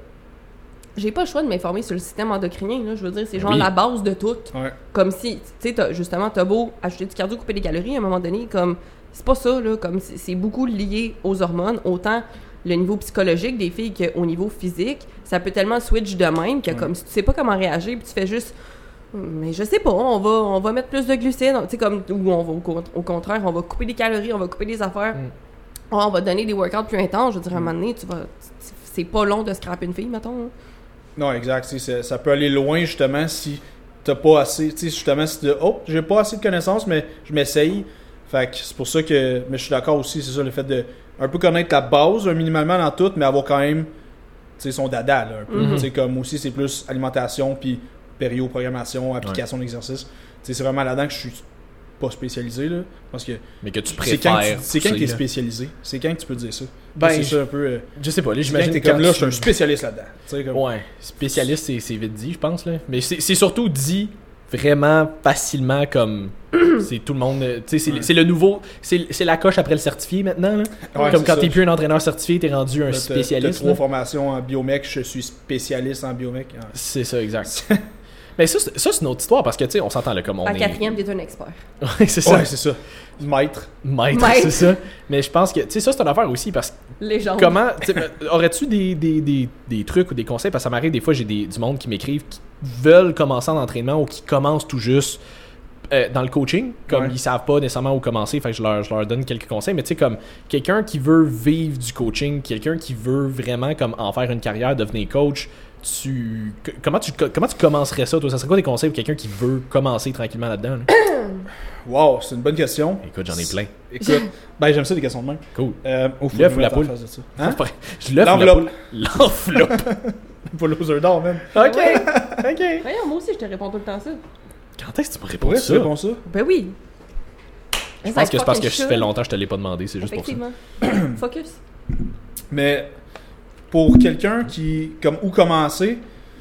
j'ai pas le choix de m'informer sur le système endocrinien, là. Je veux dire, c'est genre la base de tout. Ouais. Comme si, tu sais, justement, t'as beau ajouter du cardio, couper des calories, à un moment donné, comme, c'est pas ça, là. Comme, c'est beaucoup lié aux hormones, autant le niveau psychologique des filles qu'au niveau physique. Ça peut tellement switch de même que, comme, si tu sais pas comment réagir, puis tu fais juste, mais je sais pas, on va mettre plus de glucides, tu sais, comme, ou on va, au contraire, on va couper des calories, on va couper des affaires. On va donner des workouts plus intenses. Je veux dire, à un moment donné, c'est pas long de scraper une fille, mettons. Hein. Non, exact. Ça peut aller loin, justement, si t'as pas assez... Tu sais, justement, si j'ai pas assez de connaissances, mais je m'essaye. Fait que c'est pour ça que... Mais je suis d'accord aussi, c'est ça, le fait de un peu connaître la base, minimalement dans tout, mais avoir quand même, tu sais, son dada, là, un peu. Tu sais, comme aussi, c'est plus alimentation, puis pério-programmation, application d'exercice. Tu sais, c'est vraiment là-dedans que je suis pas spécialisé, là. Parce que... Mais que tu préfères... C'est quand que t'es spécialisé. C'est quand que tu peux dire ça. Ben, c'est ça un peu... je sais pas, là, j'imagine que t'es comme là, je suis un spécialiste là-dedans. Comme... Ouais, spécialiste, c'est vite dit, je pense, là. Mais c'est surtout dit vraiment facilement comme... c'est tout le monde... Tu sais, c'est le nouveau... C'est la coche après le certifié, maintenant, là. Ouais, comme quand t'es plus un entraîneur certifié, t'es rendu un spécialiste. T'as 3 formations en biomec, je suis spécialiste en biomec. Ouais. C'est ça, exact. Mais ça, c'est une autre histoire, parce que, tu sais, on s'entend, là, comme on est... À 4e, t'es un expert. Ouais, c'est ça. Ouais, c'est ça. Maître, c'est ça. Mais je pense que, tu sais, ça, c'est une affaire aussi, parce que... Légende. Comment... Aurais-tu des trucs ou des conseils? Parce que ça m'arrive, des fois, j'ai du monde qui m'écrivent, qui veulent commencer en entraînement ou qui commencent tout juste dans le coaching, comme ils savent pas nécessairement où commencer, fait que je leur donne quelques conseils, mais tu sais, comme quelqu'un qui veut vivre du coaching, quelqu'un qui veut vraiment comme en faire une carrière, devenir coach... Comment tu commencerais ça, toi? Ça serait quoi des conseils pour quelqu'un qui veut commencer tranquillement là-dedans? Là? Wow, c'est une bonne question. Écoute, j'en ai plein. Écoute, ben j'aime ça des questions de même. Cool. L'œuf ou la poule? Hein? Je l'œuf L'enveloppe. L'enveloppe. Pas l'oseur d'or, même. OK. Voyons, moi aussi, je te réponds tout le temps ça. Quand est-ce que tu me réponds ça? Tu réponds ça? Ben oui. Je pense que c'est parce que ça fait longtemps que je te l'ai pas demandé, c'est juste pour ça. Effectivement. Focus. Mais pour quelqu'un qui... comme où commencer,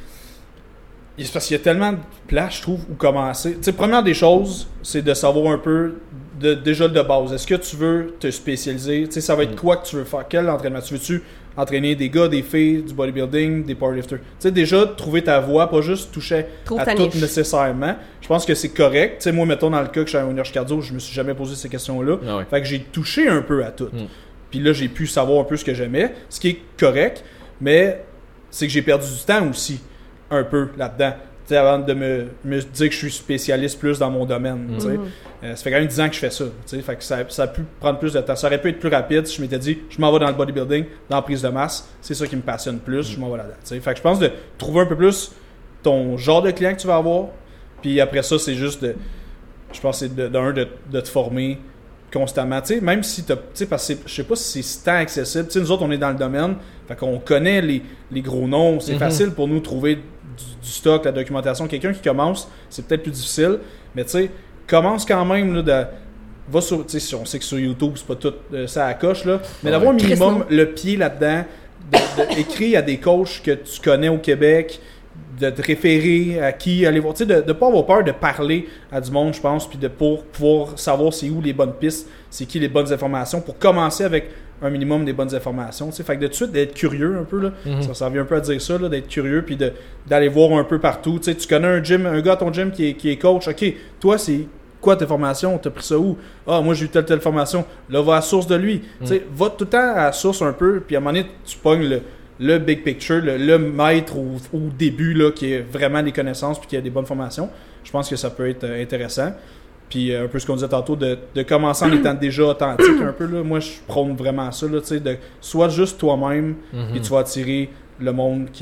c'est parce qu'il y a tellement de places, je trouve, où commencer. Tu sais, première des choses, c'est de savoir un peu déjà de base. Est-ce que tu veux te spécialiser? Tu sais, ça va être quoi que tu veux faire? Quel entraînement? Tu veux-tu entraîner des gars, des filles, du bodybuilding, des powerlifters? Tu sais, déjà, trouver ta voie, pas juste toucher à tout nécessairement. Je pense que c'est correct. Tu sais, moi, mettons, dans le cas que je suis à Université cardio, je me suis jamais posé ces questions-là. Ah ouais. Fait que j'ai touché un peu à tout. Puis là, j'ai pu savoir un peu ce que j'aimais, ce qui est correct, mais c'est que j'ai perdu du temps aussi, un peu là-dedans. Tu sais, avant de me dire que je suis spécialiste plus dans mon domaine. Tu sais. Ça fait quand même 10 ans que je fais ça. Tu sais, fait que ça a pu prendre plus de temps. Ça aurait pu être plus rapide si je m'étais dit, je m'en vais dans le bodybuilding, dans la prise de masse. C'est ça qui me passionne plus, je m'en vais là-dedans. Tu sais. Fait que je pense de trouver un peu plus ton genre de client que tu vas avoir. Puis après ça, c'est juste de... Je pense que c'est de te former constamment, tu sais, même si tu sais, parce que je sais pas si c'est tant accessible, tu sais, nous autres on est dans le domaine, fait qu'on connaît les gros noms, c'est facile pour nous de trouver du stock, la documentation. Quelqu'un qui commence, c'est peut-être plus difficile, mais tu sais, commence quand même là, va sur, tu sais, on sait que sur YouTube c'est pas tout ça à coche là, mais d'avoir un minimum le pied là-dedans, d'écrire à des coachs que tu connais au Québec, de te référer à qui aller voir, tu sais, de ne pas avoir peur de parler à du monde, je pense, puis pour pouvoir savoir c'est où les bonnes pistes, c'est qui les bonnes informations, pour commencer avec un minimum des bonnes informations, tu sais, fait que de tout de suite d'être curieux un peu, là, ça revient un peu à dire ça, là, d'être curieux, puis d'aller voir un peu partout, tu sais, tu connais un gars à ton gym qui est coach, ok, toi c'est quoi tes formations, t'as pris ça où? Ah, moi j'ai eu telle formation, là va à la source de lui, tu sais, va tout le temps à la source un peu, puis à un moment donné, tu pognes le big picture, le maître au début là, qui a vraiment des connaissances puis qui a des bonnes formations. Je pense que ça peut être intéressant. Puis un peu ce qu'on disait tantôt, de commencer en étant déjà authentique un peu. Là. Moi, je prône vraiment ça. Là, de sois juste toi-même puis tu vas attirer le monde qui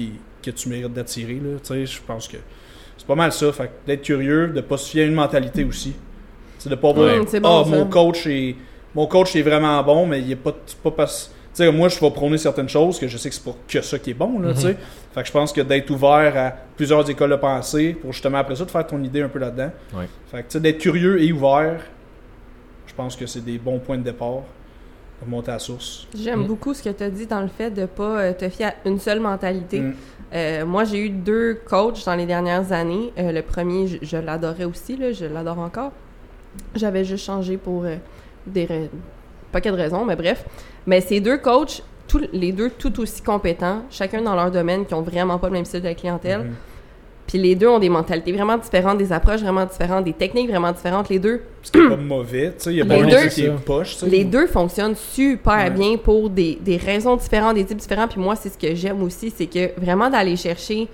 que tu mérites d'attirer, là. Tu sais, je pense que c'est pas mal ça. Fait que d'être curieux, de pas se fier à une mentalité aussi. C'est de pas voir, mon coach est vraiment bon, mais il est pas parce... Tu sais, moi, je vais prôner certaines choses que je sais que c'est pas que ça qui est bon, là, tu sais. Fait que je pense que d'être ouvert à plusieurs écoles de pensée pour justement après ça, de faire ton idée un peu là-dedans. Ouais. Fait que, tu sais, d'être curieux et ouvert, je pense que c'est des bons points de départ pour monter à la source. J'aime beaucoup ce que tu as dit dans le fait de pas te fier à une seule mentalité. Moi, j'ai eu 2 coachs dans les dernières années. Le premier, je l'adorais aussi, là, je l'adore encore. J'avais juste changé pour paquet de raisons, mais bref. Mais ces 2 coachs, les 2 tout aussi compétents, chacun dans leur domaine, qui ont vraiment pas le même style de clientèle. Puis les 2 ont des mentalités vraiment différentes, des approches vraiment différentes, des techniques vraiment différentes. Les 2... Ce qui est pas mauvais, tu sais, il y a pas un qui est poche. Les 2 fonctionnent super bien pour des raisons différentes, des types différents. Puis moi, c'est ce que j'aime aussi, c'est que vraiment d'aller chercher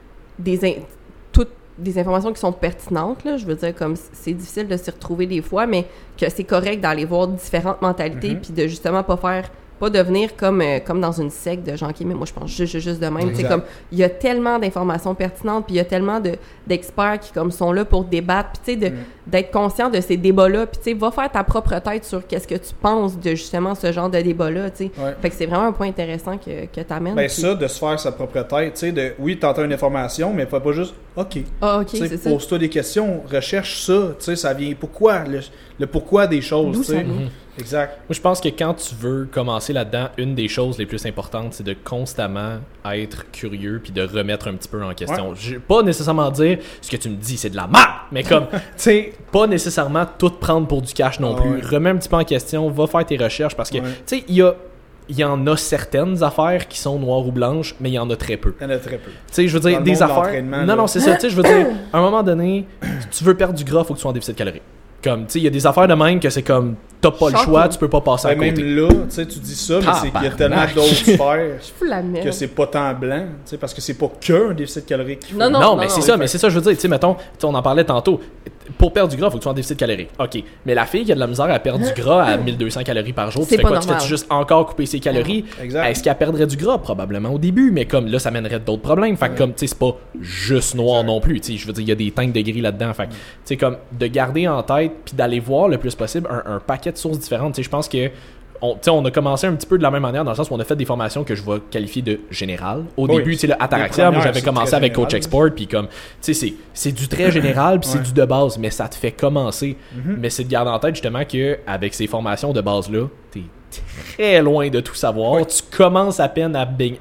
toutes des informations qui sont pertinentes, là, je veux dire, comme c'est difficile de s'y retrouver des fois, mais que c'est correct d'aller voir différentes mentalités, puis de justement pas devenir comme dans une secte de gens qui, mais moi je pense juste de même. C'est comme, il y a tellement d'informations pertinentes, puis il y a tellement d'experts qui comme sont là pour débattre, puis tu sais, d'être conscient de ces débats-là, puis tu sais, va faire ta propre tête sur qu'est-ce que tu penses de justement ce genre de débat-là, tu sais. Fait que c'est vraiment un point intéressant que t'amènes. Ben ça, de se faire sa propre tête, tu sais, oui, t'entends une information, mais pas juste, OK. Ah, OK, c'est ça. Pose-toi des questions, recherche ça, tu sais, ça vient, pourquoi, le pourquoi des choses, tu sais. Exact. Moi, je pense que quand tu veux commencer là-dedans, une des choses les plus importantes, c'est de constamment être curieux puis de remettre un petit peu en question. Je vais pas nécessairement dire ce que tu me dis, c'est de la merde, mais comme, tu sais, pas nécessairement tout prendre pour du cash non plus. Remets un petit peu en question, va faire tes recherches parce que, tu sais, il y en a certaines affaires qui sont noires ou blanches, mais il y en a très peu. Il y en a très peu. Tu sais, je veux dire, des affaires... Non, c'est ça. Tu sais, je veux dire, à un moment donné, tu veux perdre du gras, il faut que tu sois en déficit calorique. Comme, tu sais, il y a des affaires de même que c'est comme, t'as pas le choix, tu peux pas passer à côté. Même là, tu sais, tu dis ça, mais c'est qu'il y a tellement d'autres sphères que c'est pas tant blanc, tu sais, parce que c'est pas qu'un déficit calorique. Non, mais c'est ça, je veux dire, tu sais, mettons, on en parlait tantôt, pour perdre du gras, il faut que tu sois en déficit calorique. OK, mais la fille qui a de la misère à perdre du gras à 1200 calories par jour, tu fais quoi? Tu fais juste encore couper ses calories? Est-ce qu'elle perdrait du gras? Probablement au début, mais comme là, ça mènerait d'autres problèmes. Fait que comme, tu sais, c'est pas juste noir non plus, tu sais, je veux dire, il y a des teintes de gris là-dedans. Fait que, tu sais, comme, de garder en tête puis d'aller voir le plus possible un paquet de sources différentes. Tu sais, je pense que on a commencé un petit peu de la même manière dans le sens où on a fait des formations que je vais qualifier de générales. Au début, tu sais, Ataraxia, moi j'avais commencé avec Coach Export, puis comme, tu sais, c'est du très général, puis c'est du de base, mais ça te fait commencer. Mais c'est de garder en tête justement qu'avec ces formations de base-là, t'es très loin de tout savoir. Tu commences à peine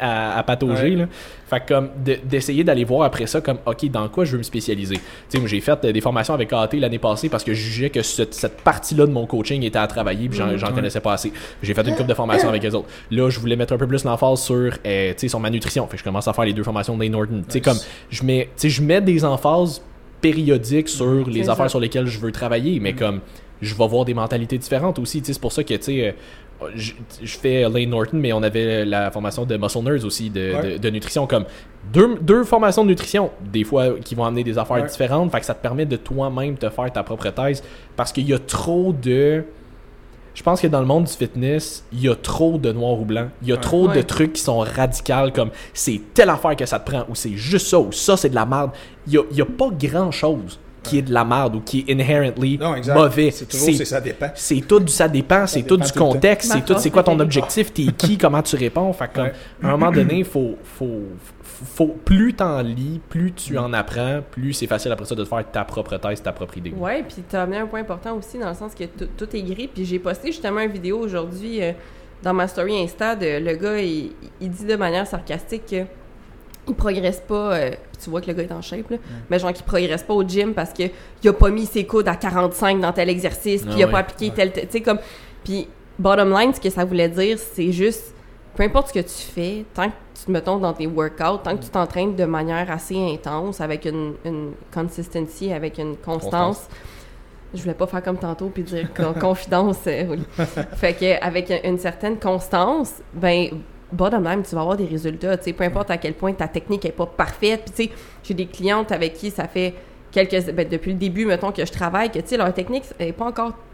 à patauger, là. Fait que comme d'essayer d'aller voir après ça comme OK, dans quoi je veux me spécialiser. Tu sais, moi j'ai fait des formations avec AT l'année passée parce que je jugeais que cette partie-là de mon coaching était à travailler puis j'en connaissais pas assez. J'ai fait une couple de formations avec eux autres. Là, je voulais mettre un peu plus l'emphase sur tu sais, sur ma nutrition. Fait que je commence à faire les 2 formations de Layne Norton. Tu sais, comme je mets des emphases périodiques sur les affaires sur lesquelles je veux travailler, mais comme je vais voir des mentalités différentes aussi. Tu sais, c'est pour ça que tu sais je fais Layne Norton, mais on avait la formation de Muscle Nerds aussi, de nutrition, comme deux formations de nutrition, des fois qui vont amener des affaires différentes, fait que ça te permet de toi-même te faire ta propre thèse, parce qu'il y a trop de... Je pense que dans le monde du fitness, il y a trop de noir ou blanc. Il y a trop de trucs qui sont radicaux, comme c'est telle affaire que ça te prend, ou c'est juste ça, ou ça c'est de la merde. Il y a pas grand-chose qui est de la merde ou qui est inherently mauvais. C'est ça dépend. C'est tout du ça dépend, c'est tout du contexte, c'est tout c'est quoi ton objectif, t'es qui, comment tu réponds. Fait comme, à un moment donné, faut plus t'en lis, plus tu en apprends, plus c'est facile après ça de te faire ta propre thèse, ta propre idée. Ouais, puis t'as amené un point important aussi dans le sens que tout est gris. Puis j'ai posté justement une vidéo aujourd'hui dans ma story Insta le gars, il dit de manière sarcastique que il progresse pas, tu vois que le gars est en shape, là, mais genre qu'il progresse pas au gym parce que il a pas mis ses coudes à 45 dans tel exercice, puis il a pas appliqué tel, tu sais, comme, puis bottom line, ce que ça voulait dire, c'est juste, peu importe ce que tu fais, tant que tu te mettons dans tes workouts, tant que tu t'entraînes de manière assez intense, avec une consistency, avec une constance. Je voulais pas faire comme tantôt puis dire confidence, oui. Fait que avec une certaine constance, ben bottom line, tu vas avoir des résultats, tu sais, peu importe à quel point ta technique est pas parfaite. Puis tu sais, j'ai des clientes avec qui ça fait depuis le début, mettons, que je travaille, que tu sais, leur technique est pas encore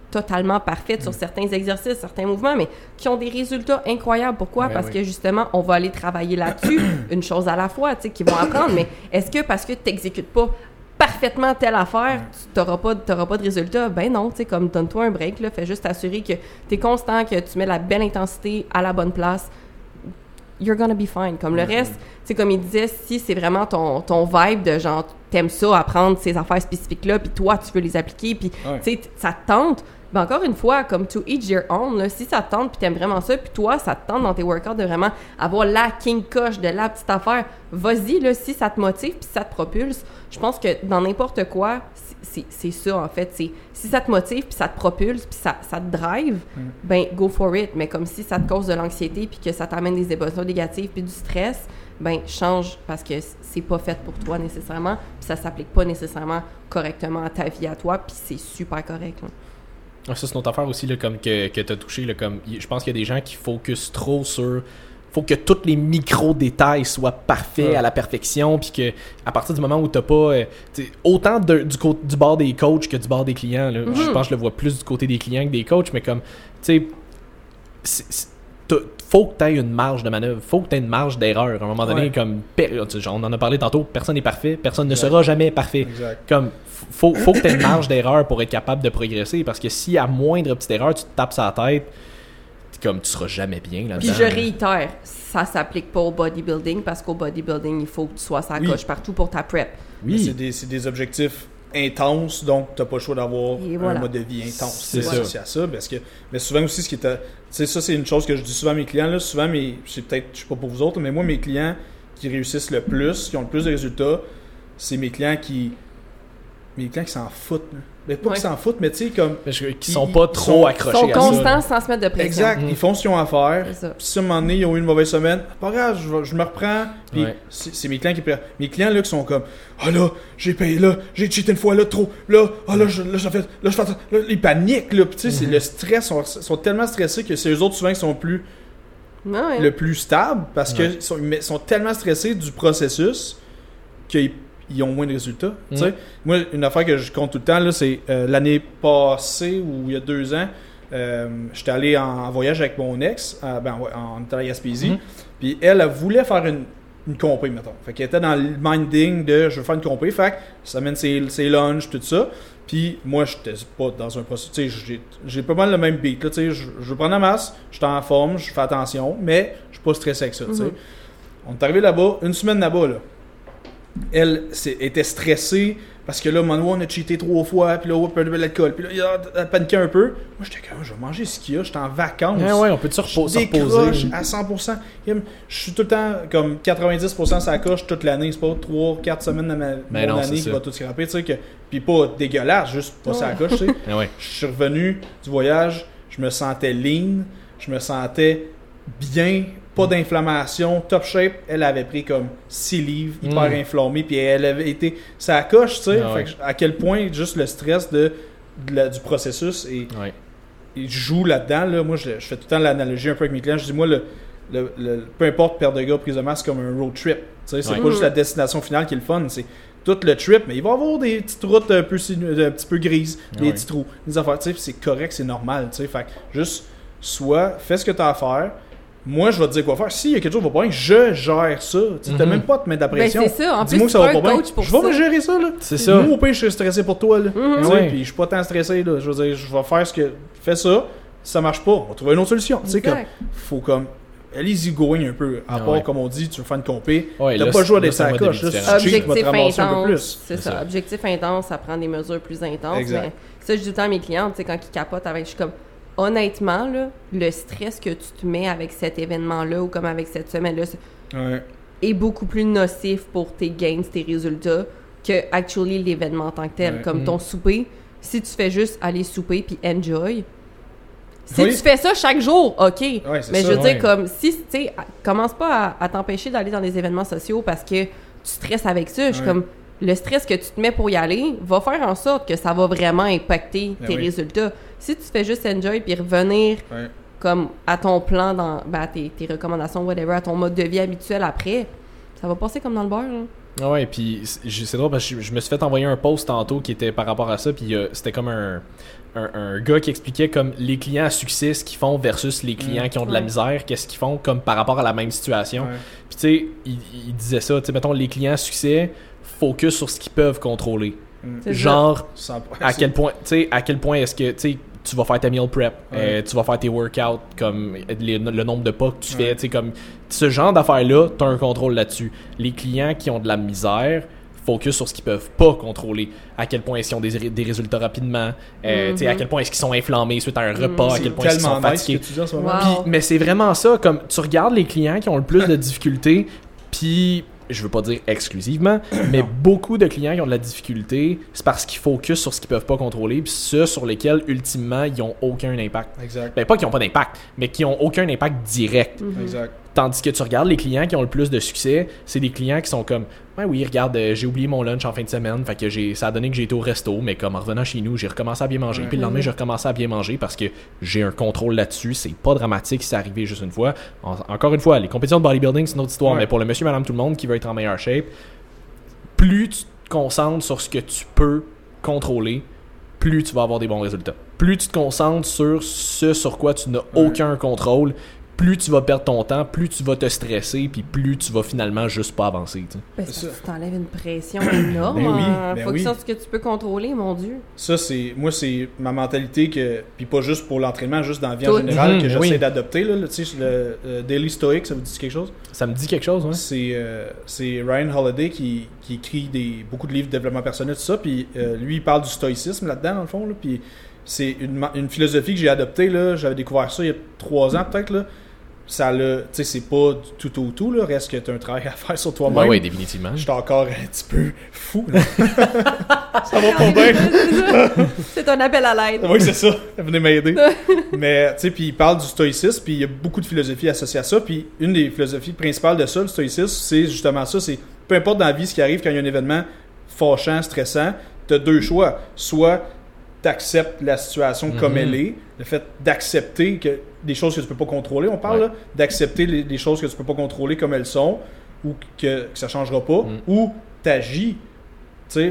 totalement parfaites sur certains exercices, certains mouvements, mais qui ont des résultats incroyables. Pourquoi? Parce que justement, on va aller travailler là-dessus, une chose à la fois, tu sais, qu'ils vont apprendre. Mais est-ce que parce que tu n'exécutes pas parfaitement telle affaire, tu n'auras pas de résultat? Ben non, tu sais, comme donne-toi un break, là, fais juste t'assurer que tu es constant, que tu mets la belle intensité à la bonne place. You're gonna be fine. Comme le reste, c'est comme il disait, si c'est vraiment ton vibe de genre, t'aimes ça, apprendre ces affaires spécifiques-là, puis toi, tu veux les appliquer, puis tu sais, ça te tente, ben encore une fois, comme to each your own, là, si ça te tente, puis t'aimes vraiment ça, puis toi, ça te tente dans tes workouts de vraiment avoir la king coche de la petite affaire, vas-y, là, si ça te motive, puis ça te propulse. Je pense que dans n'importe quoi, c'est ça, en fait. Si ça te motive, puis ça te propulse, puis ça te drive, ben go for it. Mais comme si ça te cause de l'anxiété, puis que ça t'amène des émotions négatives, puis du stress, ben change, parce que c'est pas fait pour toi nécessairement, puis ça s'applique pas nécessairement correctement à ta vie à toi, puis c'est super correct, là. Ça, c'est une autre affaire aussi, là, comme que tu as touché. Là, comme, je pense qu'il y a des gens qui focusent trop sur... faut que tous les micro-détails soient parfaits à la perfection, puis que à partir du moment où t'as pas... autant du bord des coachs que du bord des clients, là, je pense que je le vois plus du côté des clients que des coachs, mais comme, tu sais... faut que tu aies une marge de manœuvre, faut que tu aies une marge d'erreur. À un moment donné, comme on en a parlé tantôt, personne n'est parfait, personne ne sera jamais parfait. Comme faut que tu aies une marge d'erreur pour être capable de progresser, parce que si à moindre petite erreur, tu te tapes sur la tête, comme tu seras jamais bien là-dedans. Puis je réitère, ça s'applique pas au bodybuilding, parce qu'au bodybuilding, il faut que tu sois sur la coche partout pour ta prep. Oui. C'est des objectifs intense, donc tu n'as pas le choix d'avoir un mode de vie intense. C'est associé à ça. Parce que, mais souvent aussi, ce qui est. Ça, c'est une chose que je dis souvent à mes clients. Là, souvent, c'est peut-être, je sais pas pour vous autres, mais moi, mes clients qui réussissent le plus, qui ont le plus de résultats, c'est mes clients qui s'en foutent. Mais pas qu'ils s'en foutent, mais tu sais, comme. Qui sont pas trop accrochés à ça. Ils sont constants sans se mettre de pression. Exact. Ils font ce qu'ils ont à faire. Puis si à un moment donné, ils ont eu une mauvaise semaine, pas grave, je me reprends. Puis c'est mes clients qui prennent. Mes clients là qui sont comme, ah là, j'ai payé là, j'ai cheaté une fois là, trop. Là, là, je fais. Là, ils paniquent, là. Puis tu sais, c'est le stress. Ils sont tellement stressés que c'est eux autres souvent qui sont le plus stables, parce qu'ils sont tellement stressés du processus qu'ils ont moins de résultats. Moi, une affaire que je compte tout le temps, là, c'est l'année passée ou il y a 2 ans, j'étais allé en voyage avec mon ex, en Gaspésie, puis elle voulait faire une compé, mettons. Fait qu'elle était dans le minding de je veux faire une compé, fait que ça mène ses lunchs, tout ça. Puis moi, j'étais pas dans un processus, j'ai pas mal le même beat, là, je veux prendre la masse, je suis en forme, je fais attention, mais je suis pas stressé avec ça, On est arrivé là-bas, une semaine là-bas, là. Elle était stressée parce que là, on a cheaté 3 fois, puis là, on a perdu de l'alcool, puis là, elle paniquait un peu. Moi, j'étais comme, je vais manger ce qu'il y a, j'étais en vacances. On peut se reposer. À 100%. Je suis tout le temps comme 90% sur la coche toute l'année. C'est pas 3-4 semaines de mon année qui va tout scraper, tu sais. Puis pas dégueulasse, juste pas sur la coche, tu sais. Je suis revenu du voyage, je me sentais lean, je me sentais bien. Pas d'inflammation, top shape. Elle avait pris comme 6 livres, hyper inflammée, puis elle avait été ça coche, tu sais. À quel point juste le stress du processus il joue là-dedans. Là. Moi, je fais tout le temps l'analogie un peu avec mes clients. Je dis, moi, peu importe perte de gras, prise de masse, c'est comme un road trip. Tu sais, c'est pas juste la destination finale qui est le fun, c'est tout le trip, mais il va y avoir des petites routes un petit peu grises, des petits trous, des affaires. Tu sais, c'est correct, c'est normal. Tu sais, fait juste fais ce que tu as à faire. Moi, je vais te dire quoi faire. S'il y a quelque chose qui va pas bien, je gère ça. Tu n'as même pas à te mettre de la pression. Ben, c'est ça. En Dis-moi plus, que ça va pas bien. Je vais me gérer ça. Là. C'est ça. Moi, au pire, je suis stressé pour toi. Là. Puis je suis pas tant stressé. Là. Je veux dire, je vais faire ce que... Fais ça. Si ça marche pas, on va trouver une autre solution. Tu sais, comme... Faut comme... Allez-y going un peu. À part, comme on dit, tu veux faire une compé. T'as pas le choix d'être sa coche. Objectif intense. C'est ça. Objectif intense, ça prend des mesures plus intenses. Mais ça, je dis tout le temps à mes clientes, quand ils capotent avec... Je suis comme... Honnêtement, là, le stress que tu te mets avec cet événement-là ou comme avec cette semaine-là est beaucoup plus nocif pour tes gains, tes résultats, que actually l'événement en tant que tel. Comme ton souper, si tu fais juste aller souper puis enjoy, si tu fais ça chaque jour, OK. Mais je veux dire, comme si, tu sais, commence pas à t'empêcher d'aller dans des événements sociaux parce que tu stresses avec ça. Je suis comme... Le stress que tu te mets pour y aller va faire en sorte que ça va vraiment impacter tes résultats. Si tu fais juste enjoy puis revenir comme à ton plan, dans tes recommandations, whatever, à ton mode de vie habituel après, ça va passer comme dans le beurre. Ouais, puis c'est drôle parce que je me suis fait envoyer un post tantôt qui était par rapport à ça, puis c'était comme un gars qui expliquait comme les clients à succès, ce qu'ils font versus les clients qui ont de la misère, qu'est-ce qu'ils font comme par rapport à la même situation. Puis tu sais, il disait ça, tu sais, mettons, les clients à succès focus sur ce qu'ils peuvent contrôler. Genre, à quel point est-ce que, tu sais, tu vas faire ta meal prep, tu vas faire tes workouts, comme le nombre de pas que tu fais, tu sais, comme ce genre d'affaires-là, tu as un contrôle là-dessus. Les clients qui ont de la misère focus sur ce qu'ils peuvent pas contrôler, à quel point est-ce qu'ils ont des résultats rapidement, tu sais, à quel point est-ce qu'ils sont inflammés suite à un repas, à quel point est-ce qu'ils sont fatigués. Mais c'est vraiment ça, comme tu regardes les clients qui ont le plus de difficultés, puis je veux pas dire exclusivement, mais beaucoup de clients qui ont de la difficulté, c'est parce qu'ils focus sur ce qu'ils peuvent pas contrôler, puis ceux sur lesquels, ultimement, ils ont aucun impact. Exact. Ben, pas qu'ils ont pas d'impact, mais qui ont aucun impact direct. Exact. Tandis que tu regardes les clients qui ont le plus de succès, c'est des clients qui sont comme « Ouais, oui, regarde, j'ai oublié mon lunch en fin de semaine, fait que ça a donné que j'ai été au resto, mais comme en revenant chez nous, j'ai recommencé à bien manger. Puis le lendemain, j'ai recommencé à bien manger parce que j'ai un contrôle là-dessus. C'est pas dramatique si c'est arrivé juste une fois. Encore une fois, les compétitions de bodybuilding, c'est une autre histoire, mais pour le monsieur, madame, tout le monde qui veut être en meilleure shape, plus tu te concentres sur ce que tu peux contrôler, plus tu vas avoir des bons résultats. Plus tu te concentres sur ce sur quoi tu n'as aucun contrôle, plus tu vas perdre ton temps, plus tu vas te stresser, puis plus tu vas finalement juste pas avancer. Ça t'enlève une pression énorme. Faut que ça, ce que tu peux contrôler, mon Dieu. Ça, c'est ma mentalité, puis pas juste pour l'entraînement, juste dans la vie en général, que j'essaie d'adopter. Là, tu sais, le Daily Stoic, ça vous dit quelque chose? Ça me dit quelque chose, oui. C'est Ryan Holiday qui écrit beaucoup de livres de développement personnel, tout ça, puis lui, il parle du stoïcisme là-dedans, dans le fond, là, puis c'est une philosophie que j'ai adoptée, là, j'avais découvert ça il y a 3 ans peut-être, là. Ça tu sais, c'est pas du tout au tout, là. Reste que t'as un travail à faire sur toi-même. Oui, définitivement. J'étais encore un petit peu fou, là. Ça va pas bien. C'est un appel à l'aide. Oui, c'est ça. Venez m'aider. Mais, tu sais, puis il parle du stoïcisme, puis il y a beaucoup de philosophies associées à ça. Puis une des philosophies principales de ça, le stoïcisme, c'est justement ça. C'est peu importe dans la vie ce qui arrive quand il y a un événement fâchant, stressant, t'as 2 choix. Soit t'acceptes la situation comme elle est, le fait d'accepter que des choses que tu peux pas contrôler, on parle là, d'accepter les choses que tu peux pas contrôler comme elles sont, ou que ça changera pas, ou t'agis, tu sais,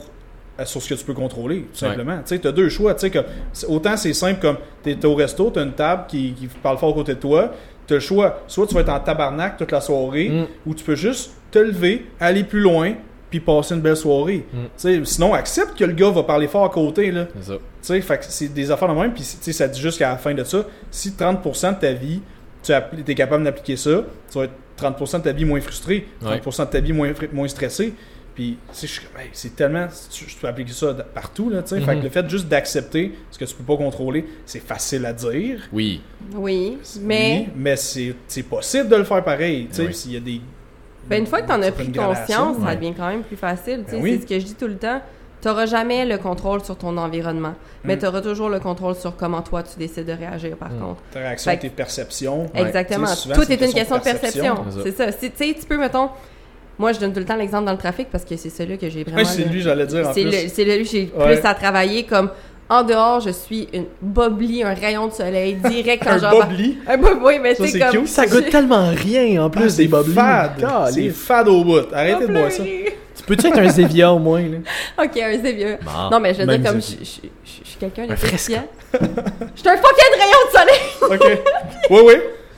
sur ce que tu peux contrôler, tout simplement. Tu sais, t'as 2 choix, tu sais, autant c'est simple comme t'es au resto, t'as une table qui parle fort à côté de toi, t'as le choix, soit tu vas être en tabarnak toute la soirée, ou tu peux juste te lever, aller plus loin, puis passer une belle soirée. Sinon, accepte que le gars va parler fort à côté. Là. C'est ça. Fait que c'est des affaires de même, puis ça dit juste qu'à la fin de ça, si 30% de ta vie, tu es capable d'appliquer ça, tu vas être 30% de ta vie moins frustré, 30% de ta vie moins stressé. Puis, c'est tellement... Je peux appliquer ça partout, là, Fait que le fait juste d'accepter ce que tu peux pas contrôler, c'est facile à dire. Oui, mais... Oui, mais c'est possible de le faire pareil, s'il y a des... une fois que tu en as pris conscience, ça devient quand même plus facile. C'est ce que je dis tout le temps. Tu n'auras jamais le contrôle sur ton environnement, mais tu auras toujours le contrôle sur comment toi tu décides de réagir, par contre. Ta réaction, tes perceptions. Exactement. Tout est une question de perception. C'est ça. Tu sais, tu peux, mettons... Moi, je donne tout le temps l'exemple dans le trafic parce que c'est celui que j'ai vraiment... c'est lui, j'allais dire, en plus. C'est lui que j'ai plus à travailler comme... En dehors, je suis une bobli, un rayon de soleil direct quand un bobli? Oui, mais c'est comme... Cute. Ça goûte tellement rien, en plus, des boblis. C'est fade au bout. Arrêtez de boire ça. Tu peux-tu être un Zevia au moins, là? OK, un Zevia. Bon, non, mais je veux dire, comme je suis quelqu'un de fresca. Je suis un fucking rayon de soleil! OK. Oui.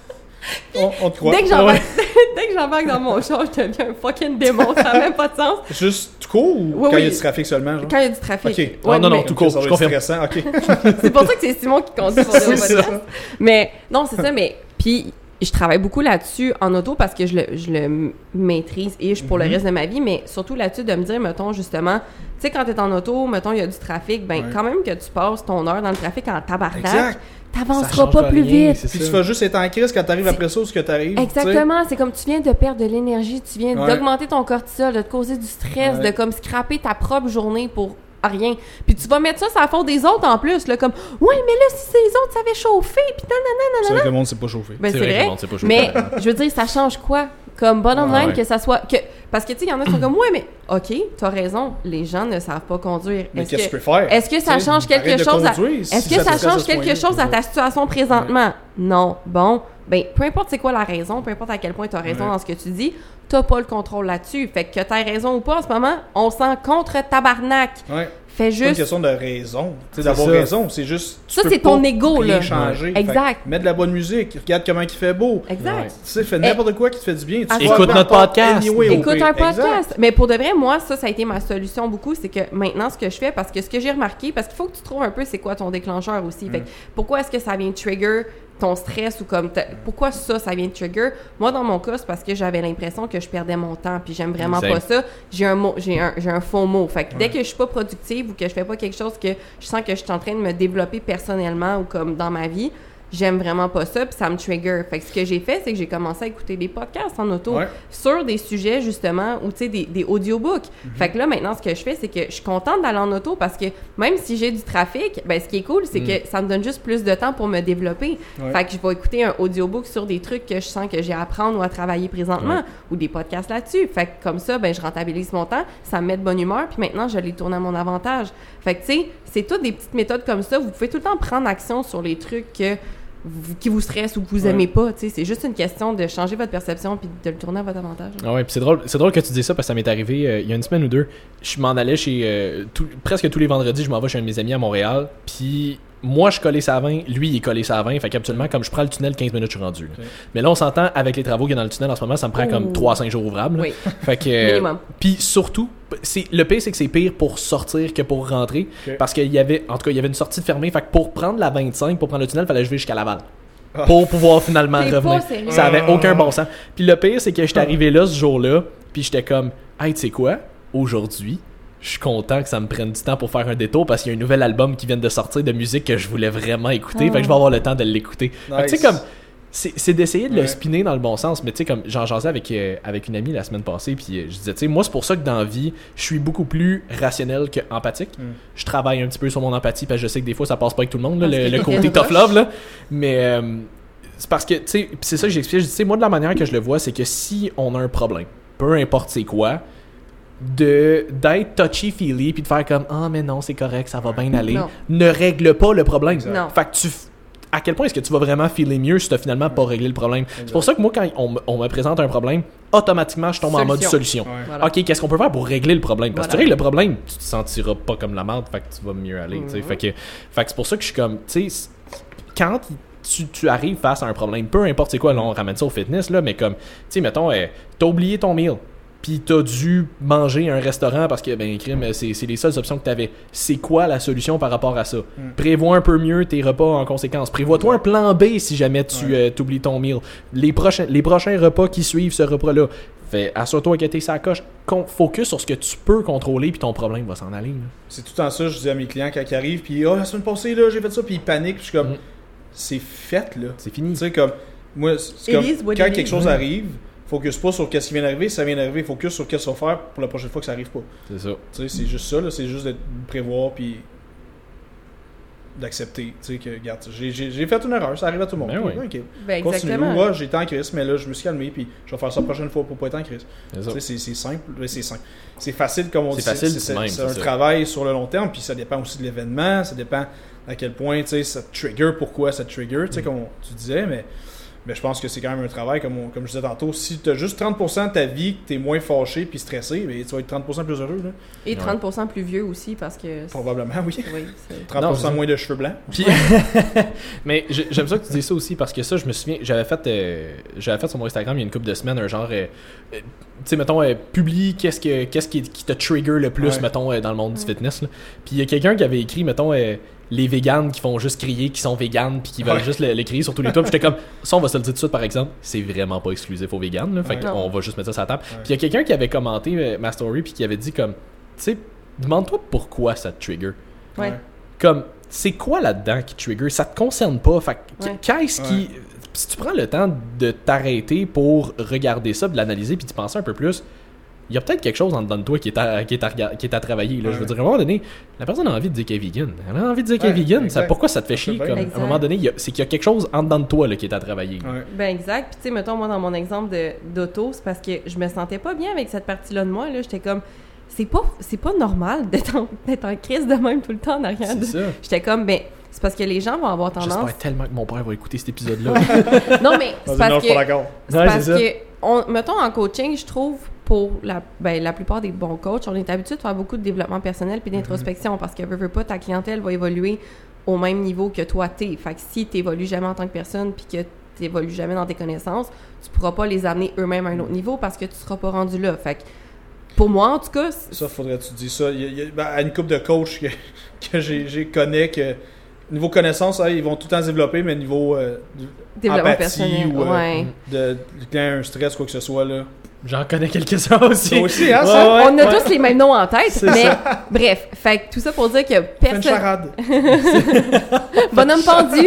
On te croit. Dès que j'embarque dans mon char, je deviens un fucking démon. Ça n'a même pas de sens. Juste tout court ou quand il y a du trafic seulement? Genre? Quand il y a du trafic. OK. Ouais, non, tout court. Je confirme. OK. C'est pour ça que c'est Simon qui conduit pour le podcast. Mais non, c'est ça. Mais puis je travaille beaucoup là-dessus en auto parce que je le maîtrise pour le reste de ma vie. Mais surtout là-dessus de me dire, mettons, justement, tu sais, quand t'es en auto, mettons, il y a du trafic, quand même que tu passes ton heure dans le trafic en tabarnak. T'avanceras pas plus vite. Puis tu vas juste être en crise quand t'arrives après ça ou ce que t'arrives. Exactement. C'est comme tu viens de perdre de l'énergie, tu viens d'augmenter ton cortisol, de te causer du stress, de comme scraper ta propre journée pour rien. Puis tu vas mettre ça sur la faute des autres en plus, là, comme ouais, mais là, si les autres savaient chauffer, puis nanana. C'est vrai que le monde s'est pas chauffé. Ben, c'est vrai. Mais je veux dire, ça change quoi? Comme bottom line, que ça soit. Parce que tu sais, il y en a qui sont comme ouais, mais OK, t'as raison, les gens ne savent pas conduire. Mais qu'est-ce que tu peux faire? Est-ce que ça change quelque chose à ta situation présentement? Non. Bon. Ben, peu importe c'est quoi la raison, peu importe à quel point tu as raison dans ce que tu dis, t'as pas le contrôle là-dessus. Fait que t'as raison ou pas en ce moment, on s'en contre tabarnak. Ouais. Fais juste... C'est pas une question de raison, d'avoir raison, c'est juste... Ça, c'est ton ego, là. Changer. Exact. Mets de la bonne musique, regarde comment il fait beau. Exact. Tu sais, fais n'importe quoi qui te fait du bien. Écoute notre podcast. Écoute un podcast. Mais pour de vrai, moi, ça a été ma solution beaucoup, c'est que maintenant, ce que je fais, parce que ce que j'ai remarqué, parce qu'il faut que tu trouves un peu c'est quoi ton déclencheur aussi. Fait que pourquoi est-ce que ça vient trigger ton stress ou comme pourquoi ça vient de trigger. Moi dans mon cas c'est parce que j'avais l'impression que je perdais mon temps puis j'aime vraiment pas ça. J'ai un faux mot. Fait que dès que je suis pas productive ou que je fais pas quelque chose que je sens que je suis en train de me développer personnellement ou comme dans ma vie, j'aime vraiment pas ça puis ça me trigger. Fait que ce que j'ai fait c'est que j'ai commencé à écouter des podcasts en auto sur des sujets justement ou tu sais des audiobooks. Fait que là maintenant ce que je fais c'est que je suis contente d'aller en auto parce que même si j'ai du trafic, ben ce qui est cool c'est que ça me donne juste plus de temps pour me développer. Fait que je vais écouter un audiobook sur des trucs que je sens que j'ai à apprendre ou à travailler présentement ou des podcasts là-dessus. Fait que comme ça ben je rentabilise mon temps, ça me met de bonne humeur puis maintenant je les tourne à mon avantage. Fait que tu sais, c'est toutes des petites méthodes comme ça, vous pouvez tout le temps prendre action sur les trucs qui vous stressent ou que vous aimez pas, tu sais, c'est juste une question de changer votre perception puis de le tourner à votre avantage. Ah ouais, puis c'est drôle que tu dis ça parce que ça m'est arrivé il y a une semaine ou deux. Je m'en allais chez presque tous les vendredis, je m'en vais chez un de mes amis à Montréal, puis moi je collais ça à 20, lui il est collé ça à 20, fait qu'habituellement comme je prends le tunnel 15 minutes je suis rendu. Okay. Mais là on s'entend avec les travaux qu'il y a dans le tunnel en ce moment, ça me prend comme 3-5 jours ouvrables. Oui. Fait que minimum. Puis surtout le pire c'est que c'est pire pour sortir que pour rentrer parce qu'il y avait une sortie de fermée, fait que pour prendre la 25 pour prendre le tunnel, fallait que je vais jusqu'à Laval. Pour pouvoir finalement revenir. Ça avait aucun bon sens. Puis le pire, c'est que j'étais arrivé là ce jour-là, puis j'étais comme, hey, tu sais quoi, aujourd'hui, je suis content que ça me prenne du temps pour faire un détour parce qu'il y a un nouvel album qui vient de sortir de musique que je voulais vraiment écouter. Fait que je vais avoir le temps de l'écouter. Nice. Tu sais, comme, c'est d'essayer de le spinner dans le bon sens. Mais tu sais, comme j'en jasais avec une amie la semaine passée, puis je disais, tu sais, moi, c'est pour ça que dans la vie, je suis beaucoup plus rationnel que empathique. Je travaille un petit peu sur mon empathie parce que je sais que des fois, ça passe pas avec tout le monde, là, le côté tough love, là. Mais c'est parce que, tu sais, c'est ça que j'explique. Tu sais, moi, de la manière que je le vois, c'est que si on a un problème, peu importe c'est quoi, d'être touchy-feely puis de faire comme mais non, c'est correct, ça va bien aller, ne règle pas le problème. Fait que à quel point est-ce que tu vas vraiment filer mieux si tu n'as finalement pas réglé le problème? Exact. C'est pour ça que moi, quand on me présente un problème, automatiquement, je tombe en mode solution. Ouais. Voilà. OK, qu'est-ce qu'on peut faire pour régler le problème? Parce que tu règles le problème, tu te sentiras pas comme la merde, fait que tu vas mieux aller. Fait que c'est pour ça que je suis comme, tu sais, quand tu arrives face à un problème, peu importe c'est quoi, là, on ramène ça au fitness, là, mais comme, tu sais, mettons, t'as oublié ton meal. Puis t'as dû manger à un restaurant parce que, ben, crime, c'est les seules options que t'avais. C'est quoi la solution par rapport à ça? Prévois un peu mieux tes repas en conséquence. Prévois-toi un plan B si jamais tu t'oublies ton meal. Les prochains repas qui suivent ce repas-là. Assure-toi que t'es sa coche. Focus sur ce que tu peux contrôler puis ton problème va s'en aller. Là. C'est tout le temps ça, je dis à mes clients quand ils arrivent, puis la semaine passée, là, j'ai fait ça, puis ils paniquent, puis je suis comme, c'est fait, là. C'est fini. Tu sais, comme, moi, c'est comme, quand quelque chose arrive, focus pas sur qu'est-ce qui vient d'arriver, si ça vient d'arriver, focus sur qu'est-ce qu'on va faire pour la prochaine fois que ça arrive pas. C'est ça. Tu sais, c'est juste ça, là, c'est juste de prévoir puis d'accepter, tu sais, que, regarde, j'ai fait une erreur, ça arrive à tout le monde. Ben oui. Okay. Ben continue. exactement. Moi, j'étais en crise, mais là, je me suis calmé, puis je vais faire ça la prochaine fois pour pas être en crise. Tu sais, c'est simple, c'est simple. C'est facile, comme on dit. C'est un travail sur le long terme, puis ça dépend aussi de l'événement, ça dépend à quel point, tu sais, ça te trigger, pourquoi ça te trigger, tu sais, comme tu disais, mais je pense que c'est quand même un travail, comme je disais tantôt. Si tu as juste 30% de ta vie que tu es moins fâché puis stressé, ben, tu vas être 30% plus heureux. Là. Et 30% plus vieux aussi, parce que... Probablement, oui. 30% non, moins de cheveux blancs. Puis... mais j'aime ça que tu dis ça aussi, parce que ça, je me souviens, j'avais fait sur mon Instagram il y a une couple de semaines un genre... tu sais, mettons, publie qu'est-ce qui te trigger le plus, mettons, dans le monde du fitness. Là. Puis il y a quelqu'un qui avait écrit, mettons... les véganes qui font juste crier qu'ils sont véganes puis qui veulent juste le crier sur tous les toits. J'étais comme, ça on va se le dire tout de suite par exemple, c'est vraiment pas exclusif aux véganes, là, fait qu'on va juste mettre ça sur la table. Puis il y a quelqu'un qui avait commenté ma story puis qui avait dit comme, tu sais, demande-toi pourquoi ça te trigger. Comme, c'est quoi là-dedans qui trigger? Ça te concerne pas. Fait qu'est-ce qui... Si tu prends le temps de t'arrêter pour regarder ça, de l'analyser puis d'y penser un peu plus, il y a peut-être quelque chose en dedans de toi qui est à travailler. Là. Je veux dire, à un moment donné, la personne a envie de dire qu'elle est vegan. Elle a envie de dire qu'elle est vegan. Pourquoi ça te fait chier? Comme, à un moment donné, c'est qu'il y a quelque chose en dedans de toi là, qui est à travailler. Ben exact. Puis tu sais, mettons, moi, dans mon exemple d'auto, c'est parce que je me sentais pas bien avec cette partie-là de moi. Là. J'étais comme... C'est pas normal d'être en crise de même tout le temps en arrière. J'étais comme, ben... C'est parce que les gens vont avoir tendance... J'espère tellement que mon père va écouter cet épisode-là. Non, mais c'est parce que mettons en coaching, je trouve, pour la plupart des bons coachs, on est habitué de faire beaucoup de développement personnel puis d'introspection parce que veux pas, ta clientèle va évoluer au même niveau que toi t'es. Fait que si t'évolues jamais en tant que personne puis que t'évolues jamais dans tes connaissances, tu pourras pas les amener eux-mêmes à un autre niveau parce que tu seras pas rendu là. Fait que pour moi, en tout cas... Ça, faudrait que tu dises ça. Il y a une couple de coachs que j'ai connais que niveau connaissance, ils vont tout le temps se développer, mais niveau développement empathie personnel, ou ouais. un stress, quoi que ce soit, là. J'en connais quelques-uns aussi. Toi aussi, hein, ça? Ouais, on a tous les mêmes noms en tête, mais bref. Fait que tout ça pour dire que personne... Fais une charade. Bonhomme pendu.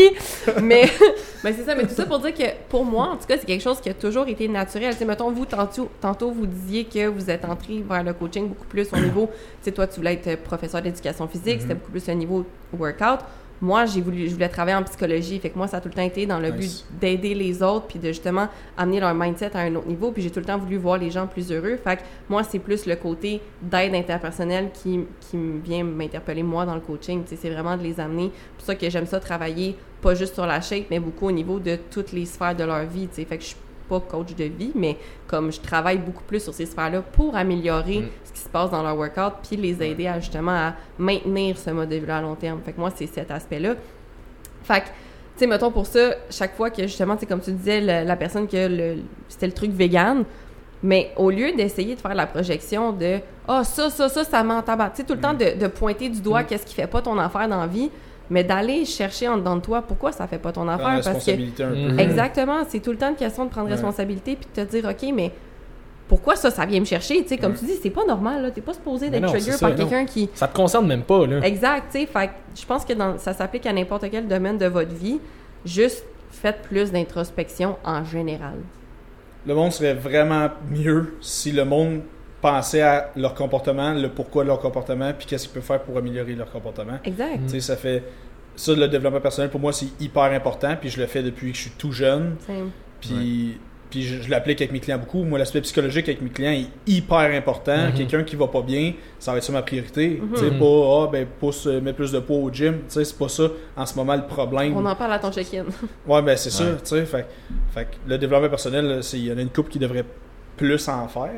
mais c'est ça, mais tout ça pour dire que pour moi, en tout cas, c'est quelque chose qui a toujours été naturel. Tu sais, mettons, vous, tantôt, vous disiez que vous êtes entré vers le coaching beaucoup plus au niveau... Tu sais, toi, tu voulais être professeur d'éducation physique, c'était beaucoup plus le niveau workout. Moi, je voulais travailler en psychologie, fait que moi, ça a tout le temps été dans le but d'aider les autres puis de justement amener leur mindset à un autre niveau, puis j'ai tout le temps voulu voir les gens plus heureux. Fait que moi, c'est plus le côté d'aide interpersonnelle qui vient m'interpeller, moi, dans le coaching. Tu sais, c'est vraiment de les amener. C'est pour ça que j'aime ça travailler, pas juste sur la shape, mais beaucoup au niveau de toutes les sphères de leur vie, tu sais. Fait que je suis pas coach de vie, mais comme je travaille beaucoup plus sur ces sphères-là pour améliorer ce qui se passe dans leur workout puis les aider à justement à maintenir ce mode de vie à long terme. Fait que moi, c'est cet aspect-là. Fait que, tu sais, mettons pour ça, chaque fois que justement, tu sais, comme tu disais, la personne c'était le truc vegan, mais au lieu d'essayer de faire la projection de « Ah, ça m'en tabac », tu sais, tout le temps de pointer du doigt qu'est-ce qui fait pas ton affaire dans la vie, mais d'aller chercher en dedans de toi pourquoi ça fait pas ton affaire. Parce que un peu. Exactement, c'est tout le temps une question de prendre responsabilité puis de te dire OK, mais pourquoi ça vient me chercher, tu sais, comme tu dis, c'est pas normal là, t'es pas supposé d'être trigger par quelqu'un qui ça te concerne même pas là. Exact, tu sais, fait je pense que ça s'applique à n'importe quel domaine de votre vie, juste faites plus d'introspection en général. Le monde serait vraiment mieux si le monde penser à leur comportement, le pourquoi de leur comportement, puis qu'est-ce qu'ils peuvent faire pour améliorer leur comportement. Exact. Tu sais, ça fait... Ça, le développement personnel, pour moi, c'est hyper important, puis je le fais depuis que je suis tout jeune. Puis je l'applique avec mes clients beaucoup. Moi, l'aspect psychologique avec mes clients est hyper important. Quelqu'un qui va pas bien, ça va être ça ma priorité. Tu sais, pas, mets plus de poids au gym. Tu sais, c'est pas ça, en ce moment, le problème. On en parle à ton check-in. Ouais, ben c'est ça, tu sais. Fait que le développement personnel, il y en a une couple qui devrait plus en faire.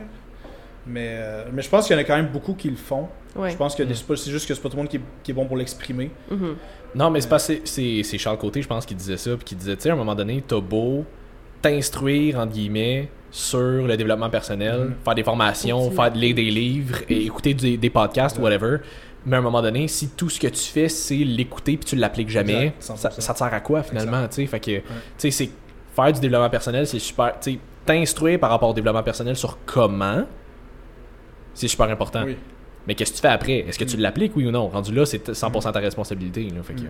Mais je pense qu'il y en a quand même beaucoup qui le font. Ouais. Je pense que c'est juste que c'est pas tout le monde qui est bon pour l'exprimer. Non, mais c'est Charles Côté, je pense, qui disait ça. Puis qui disait, tu sais, à un moment donné, t'as beau t'instruire, entre guillemets, sur le développement personnel, faire des formations, lire des livres, et écouter des podcasts, whatever. Mais à un moment donné, si tout ce que tu fais, c'est l'écouter puis tu l'appliques jamais, ça te sert à quoi finalement, tu sais? Fait que, tu sais, c'est faire du développement personnel, c'est super. Tu sais, t'instruire par rapport au développement personnel sur comment, c'est super important. Oui. Mais qu'est-ce que tu fais après? Est-ce que tu l'appliques, oui ou non? Rendu là, c'est 100% ta responsabilité. Là, fait que...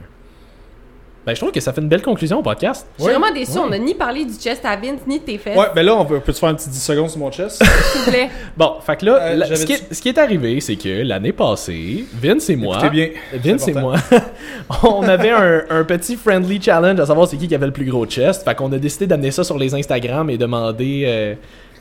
Ben, je trouve que ça fait une belle conclusion au podcast. Je suis vraiment déçu. On n'a ni parlé du chest à Vince, ni de tes fesses. Ouais, ben là, on peut-tu faire un petit 10 secondes sur mon chest? S'il vous plaît. Bon, fait que là, ce qui est arrivé, c'est que l'année passée, Vince et moi... Écoutez bien. Vince et moi, on avait un petit friendly challenge à savoir c'est qui avait le plus gros chest. Fait qu'on a décidé d'amener ça sur les Instagram et demander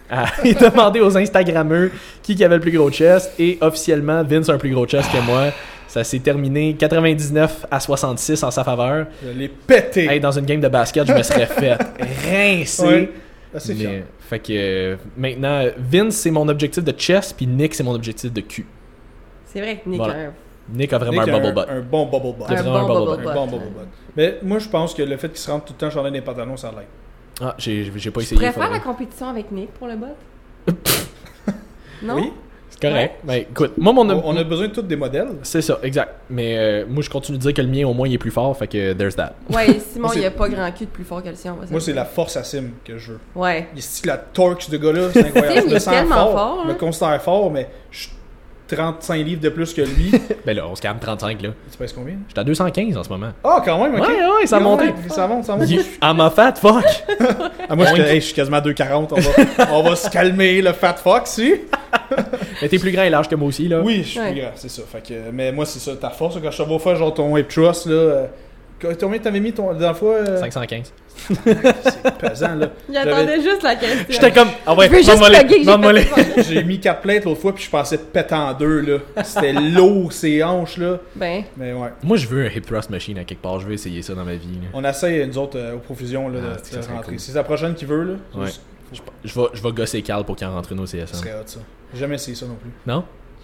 aux Instagrammeurs qui avait le plus gros chest. Et officiellement, Vince a un plus gros chest que moi. Ça s'est terminé 99-66 en sa faveur. Je l'ai pété. Hey, dans une game de basket, je me serais fait rincer. Oui, c'est fier. Fait que maintenant, Vince, c'est mon objectif de chest, puis Nick, c'est mon objectif de cul. C'est vrai que Nick Nick a vraiment un bubble butt. Un bon bubble butt. Un bon bubble butt. Mais moi, je pense que le fait qu'il se rentre tout le temps jardin des pantalons, ça l'aide. Ah, j'ai pas essayé. Tu pourrais faire la compétition avec Nick pour le butt? Non? Oui. C'est correct. Ouais. Ben, écoute, moi, on a besoin de tous des modèles. C'est ça, exact. Mais moi, je continue de dire que le mien, au moins, il est plus fort. Fait que there's that. Ouais, Simon, il n'y a pas grand cul de plus fort que le sien. Moi, c'est la force à Sim que je veux. Ouais. Il est la torque, ce gars-là. C'est incroyable. Sim, il est tellement fort. Je me considère fort, mais je suis 35 livres de plus que lui. Ben là, on se calme 35, là. Tu pèses combien? J'étais à 215 en ce moment. Ah, quand même, ok. Ouais, ça a monté. Ça monte. I'm a fat fuck. Moi, je suis quasiment à 2,40. On va se calmer, le fat fuck, si. Mais t'es plus grand et large que moi aussi, là. Oui, je suis plus grand, c'est ça. Fait que, mais moi, c'est ça, ta force. Quand je te vois faire genre ton hip thrust, là. Combien t'avais mis la dernière fois? 515. C'est pesant, là. Il attendait juste la question. J'étais comme, ah ouais, demande-moi-les. J'ai mis 4 plaintes l'autre fois, puis je pensais péter en deux, là. C'était lourd, ces hanches, là. Ben. Mais ouais. Moi, je veux un hip thrust machine à quelque part. Je veux essayer ça dans ma vie, là. On essaye, nous autres, aux profusions, là, de rentrer. Cool. C'est la prochaine qui veut, là. Ouais. Je vais gosser Carl pour qu'il en rentre une au CSM. Ce serait hot, ça. J'ai jamais essayé ça non plus. Non?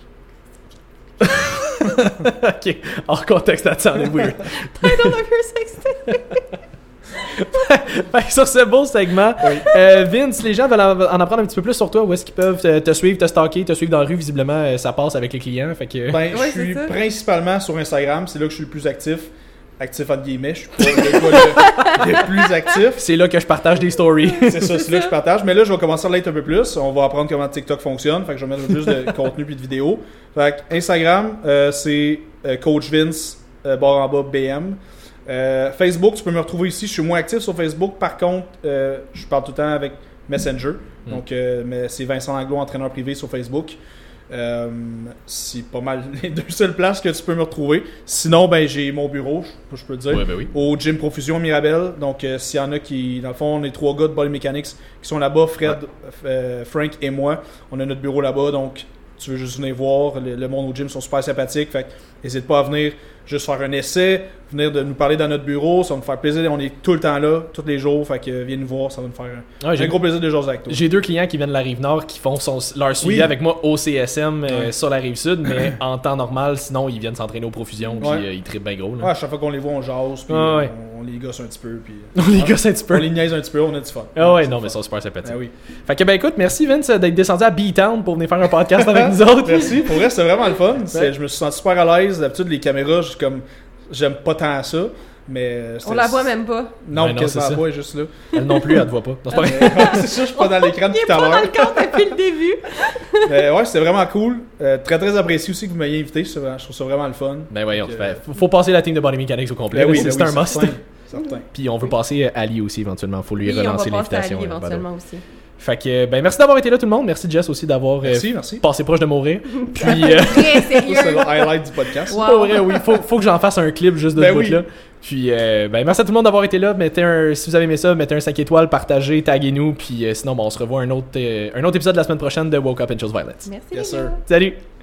Ok, hors contexte, that sounded weird. Title of your sextape. Sur ce beau segment, Vince, les gens veulent en apprendre un petit peu plus sur toi. Où est-ce qu'ils peuvent te suivre, te stalker, te suivre dans la rue? Visiblement, ça passe avec les clients. Fait que... Je suis principalement sur Instagram. C'est là que je suis le plus actif. Actif entre guillemets. Je suis pas le plus actif. C'est là que je partage des stories. C'est ça, c'est là que je partage. Mais là, je vais commencer à l'être un peu plus. On va apprendre comment TikTok fonctionne. Fait que je vais mettre plus de contenu puis de vidéos. Fait que Instagram, c'est Coach Vince _BM. Facebook, tu peux me retrouver ici. Je suis moins actif sur Facebook. Par contre, je parle tout le temps avec Messenger. Donc, mais c'est Vincent Anglo, entraîneur privé sur Facebook. C'est pas mal les deux seules places que tu peux me retrouver. Sinon, ben j'ai mon bureau, je peux te dire, au Gym Profusion Mirabel. Donc, s'il y en a qui, dans le fond, on est 3 gars de Body Mechanics qui sont là-bas, Fred, Frank et moi. On a notre bureau là-bas. Donc, tu veux juste venir voir. Le monde au gym sont super sympathiques. Fait n'hésite pas à venir juste faire un essai, venir de nous parler dans notre bureau. Ça va nous faire plaisir. On est tout le temps là, tous les jours. Fait que viens nous voir, ça va nous faire un gros plaisir de jaser avec toi. J'ai 2 clients qui viennent de la Rive-Nord qui font leur suivi avec moi au CSM sur la Rive-Sud, mais en temps normal, sinon ils viennent s'entraîner au Profusion puis ils trippent bien gros. Là. À chaque fois qu'on les voit, on jase, puis on les gosse un petit peu. Puis, on les gosse un petit peu. On les niaise un petit peu, on a du fun. Mais ils sont super sympathiques. Fait que écoute, merci Vince d'être descendu à B-Town pour venir faire un podcast avec nous autres. Merci, pour vrai, c'était vraiment le fun. Je me suis senti super à l'aise. D'habitude, les caméras, j'aime pas tant ça. Mais on la voit même pas. Non, quasiment pas, elle est juste là. Elle non plus, elle te voit pas. C'est ça, je suis pas dans l'écran depuis tout à l'heure. Il est pas dans le cadre depuis le début. Ouais, c'était vraiment cool. Très très apprécié aussi que vous m'ayez invité. Je trouve ça vraiment le fun. Ben voyons, faut passer la team de Body Mechanics au complet. C'est un must. Certain. Puis on veut passer à Ali aussi éventuellement. Faut lui relancer l'invitation. On va passer à Ali éventuellement aussi. Fait que, merci d'avoir été là tout le monde. Merci Jess aussi d'avoir passé proche de mourir. Puis, très sérieux. C'est le highlight du podcast. Wow. Pour vrai, oui. Faut que j'en fasse un clip juste de ce bout-là. Puis, merci à tout le monde d'avoir été là. Si vous avez aimé ça, mettez un 5 étoiles, partagez, taguez-nous. Puis sinon, on se revoit un autre épisode la semaine prochaine de Woke Up and Chose Violence. Merci. Yes, sir. Salut.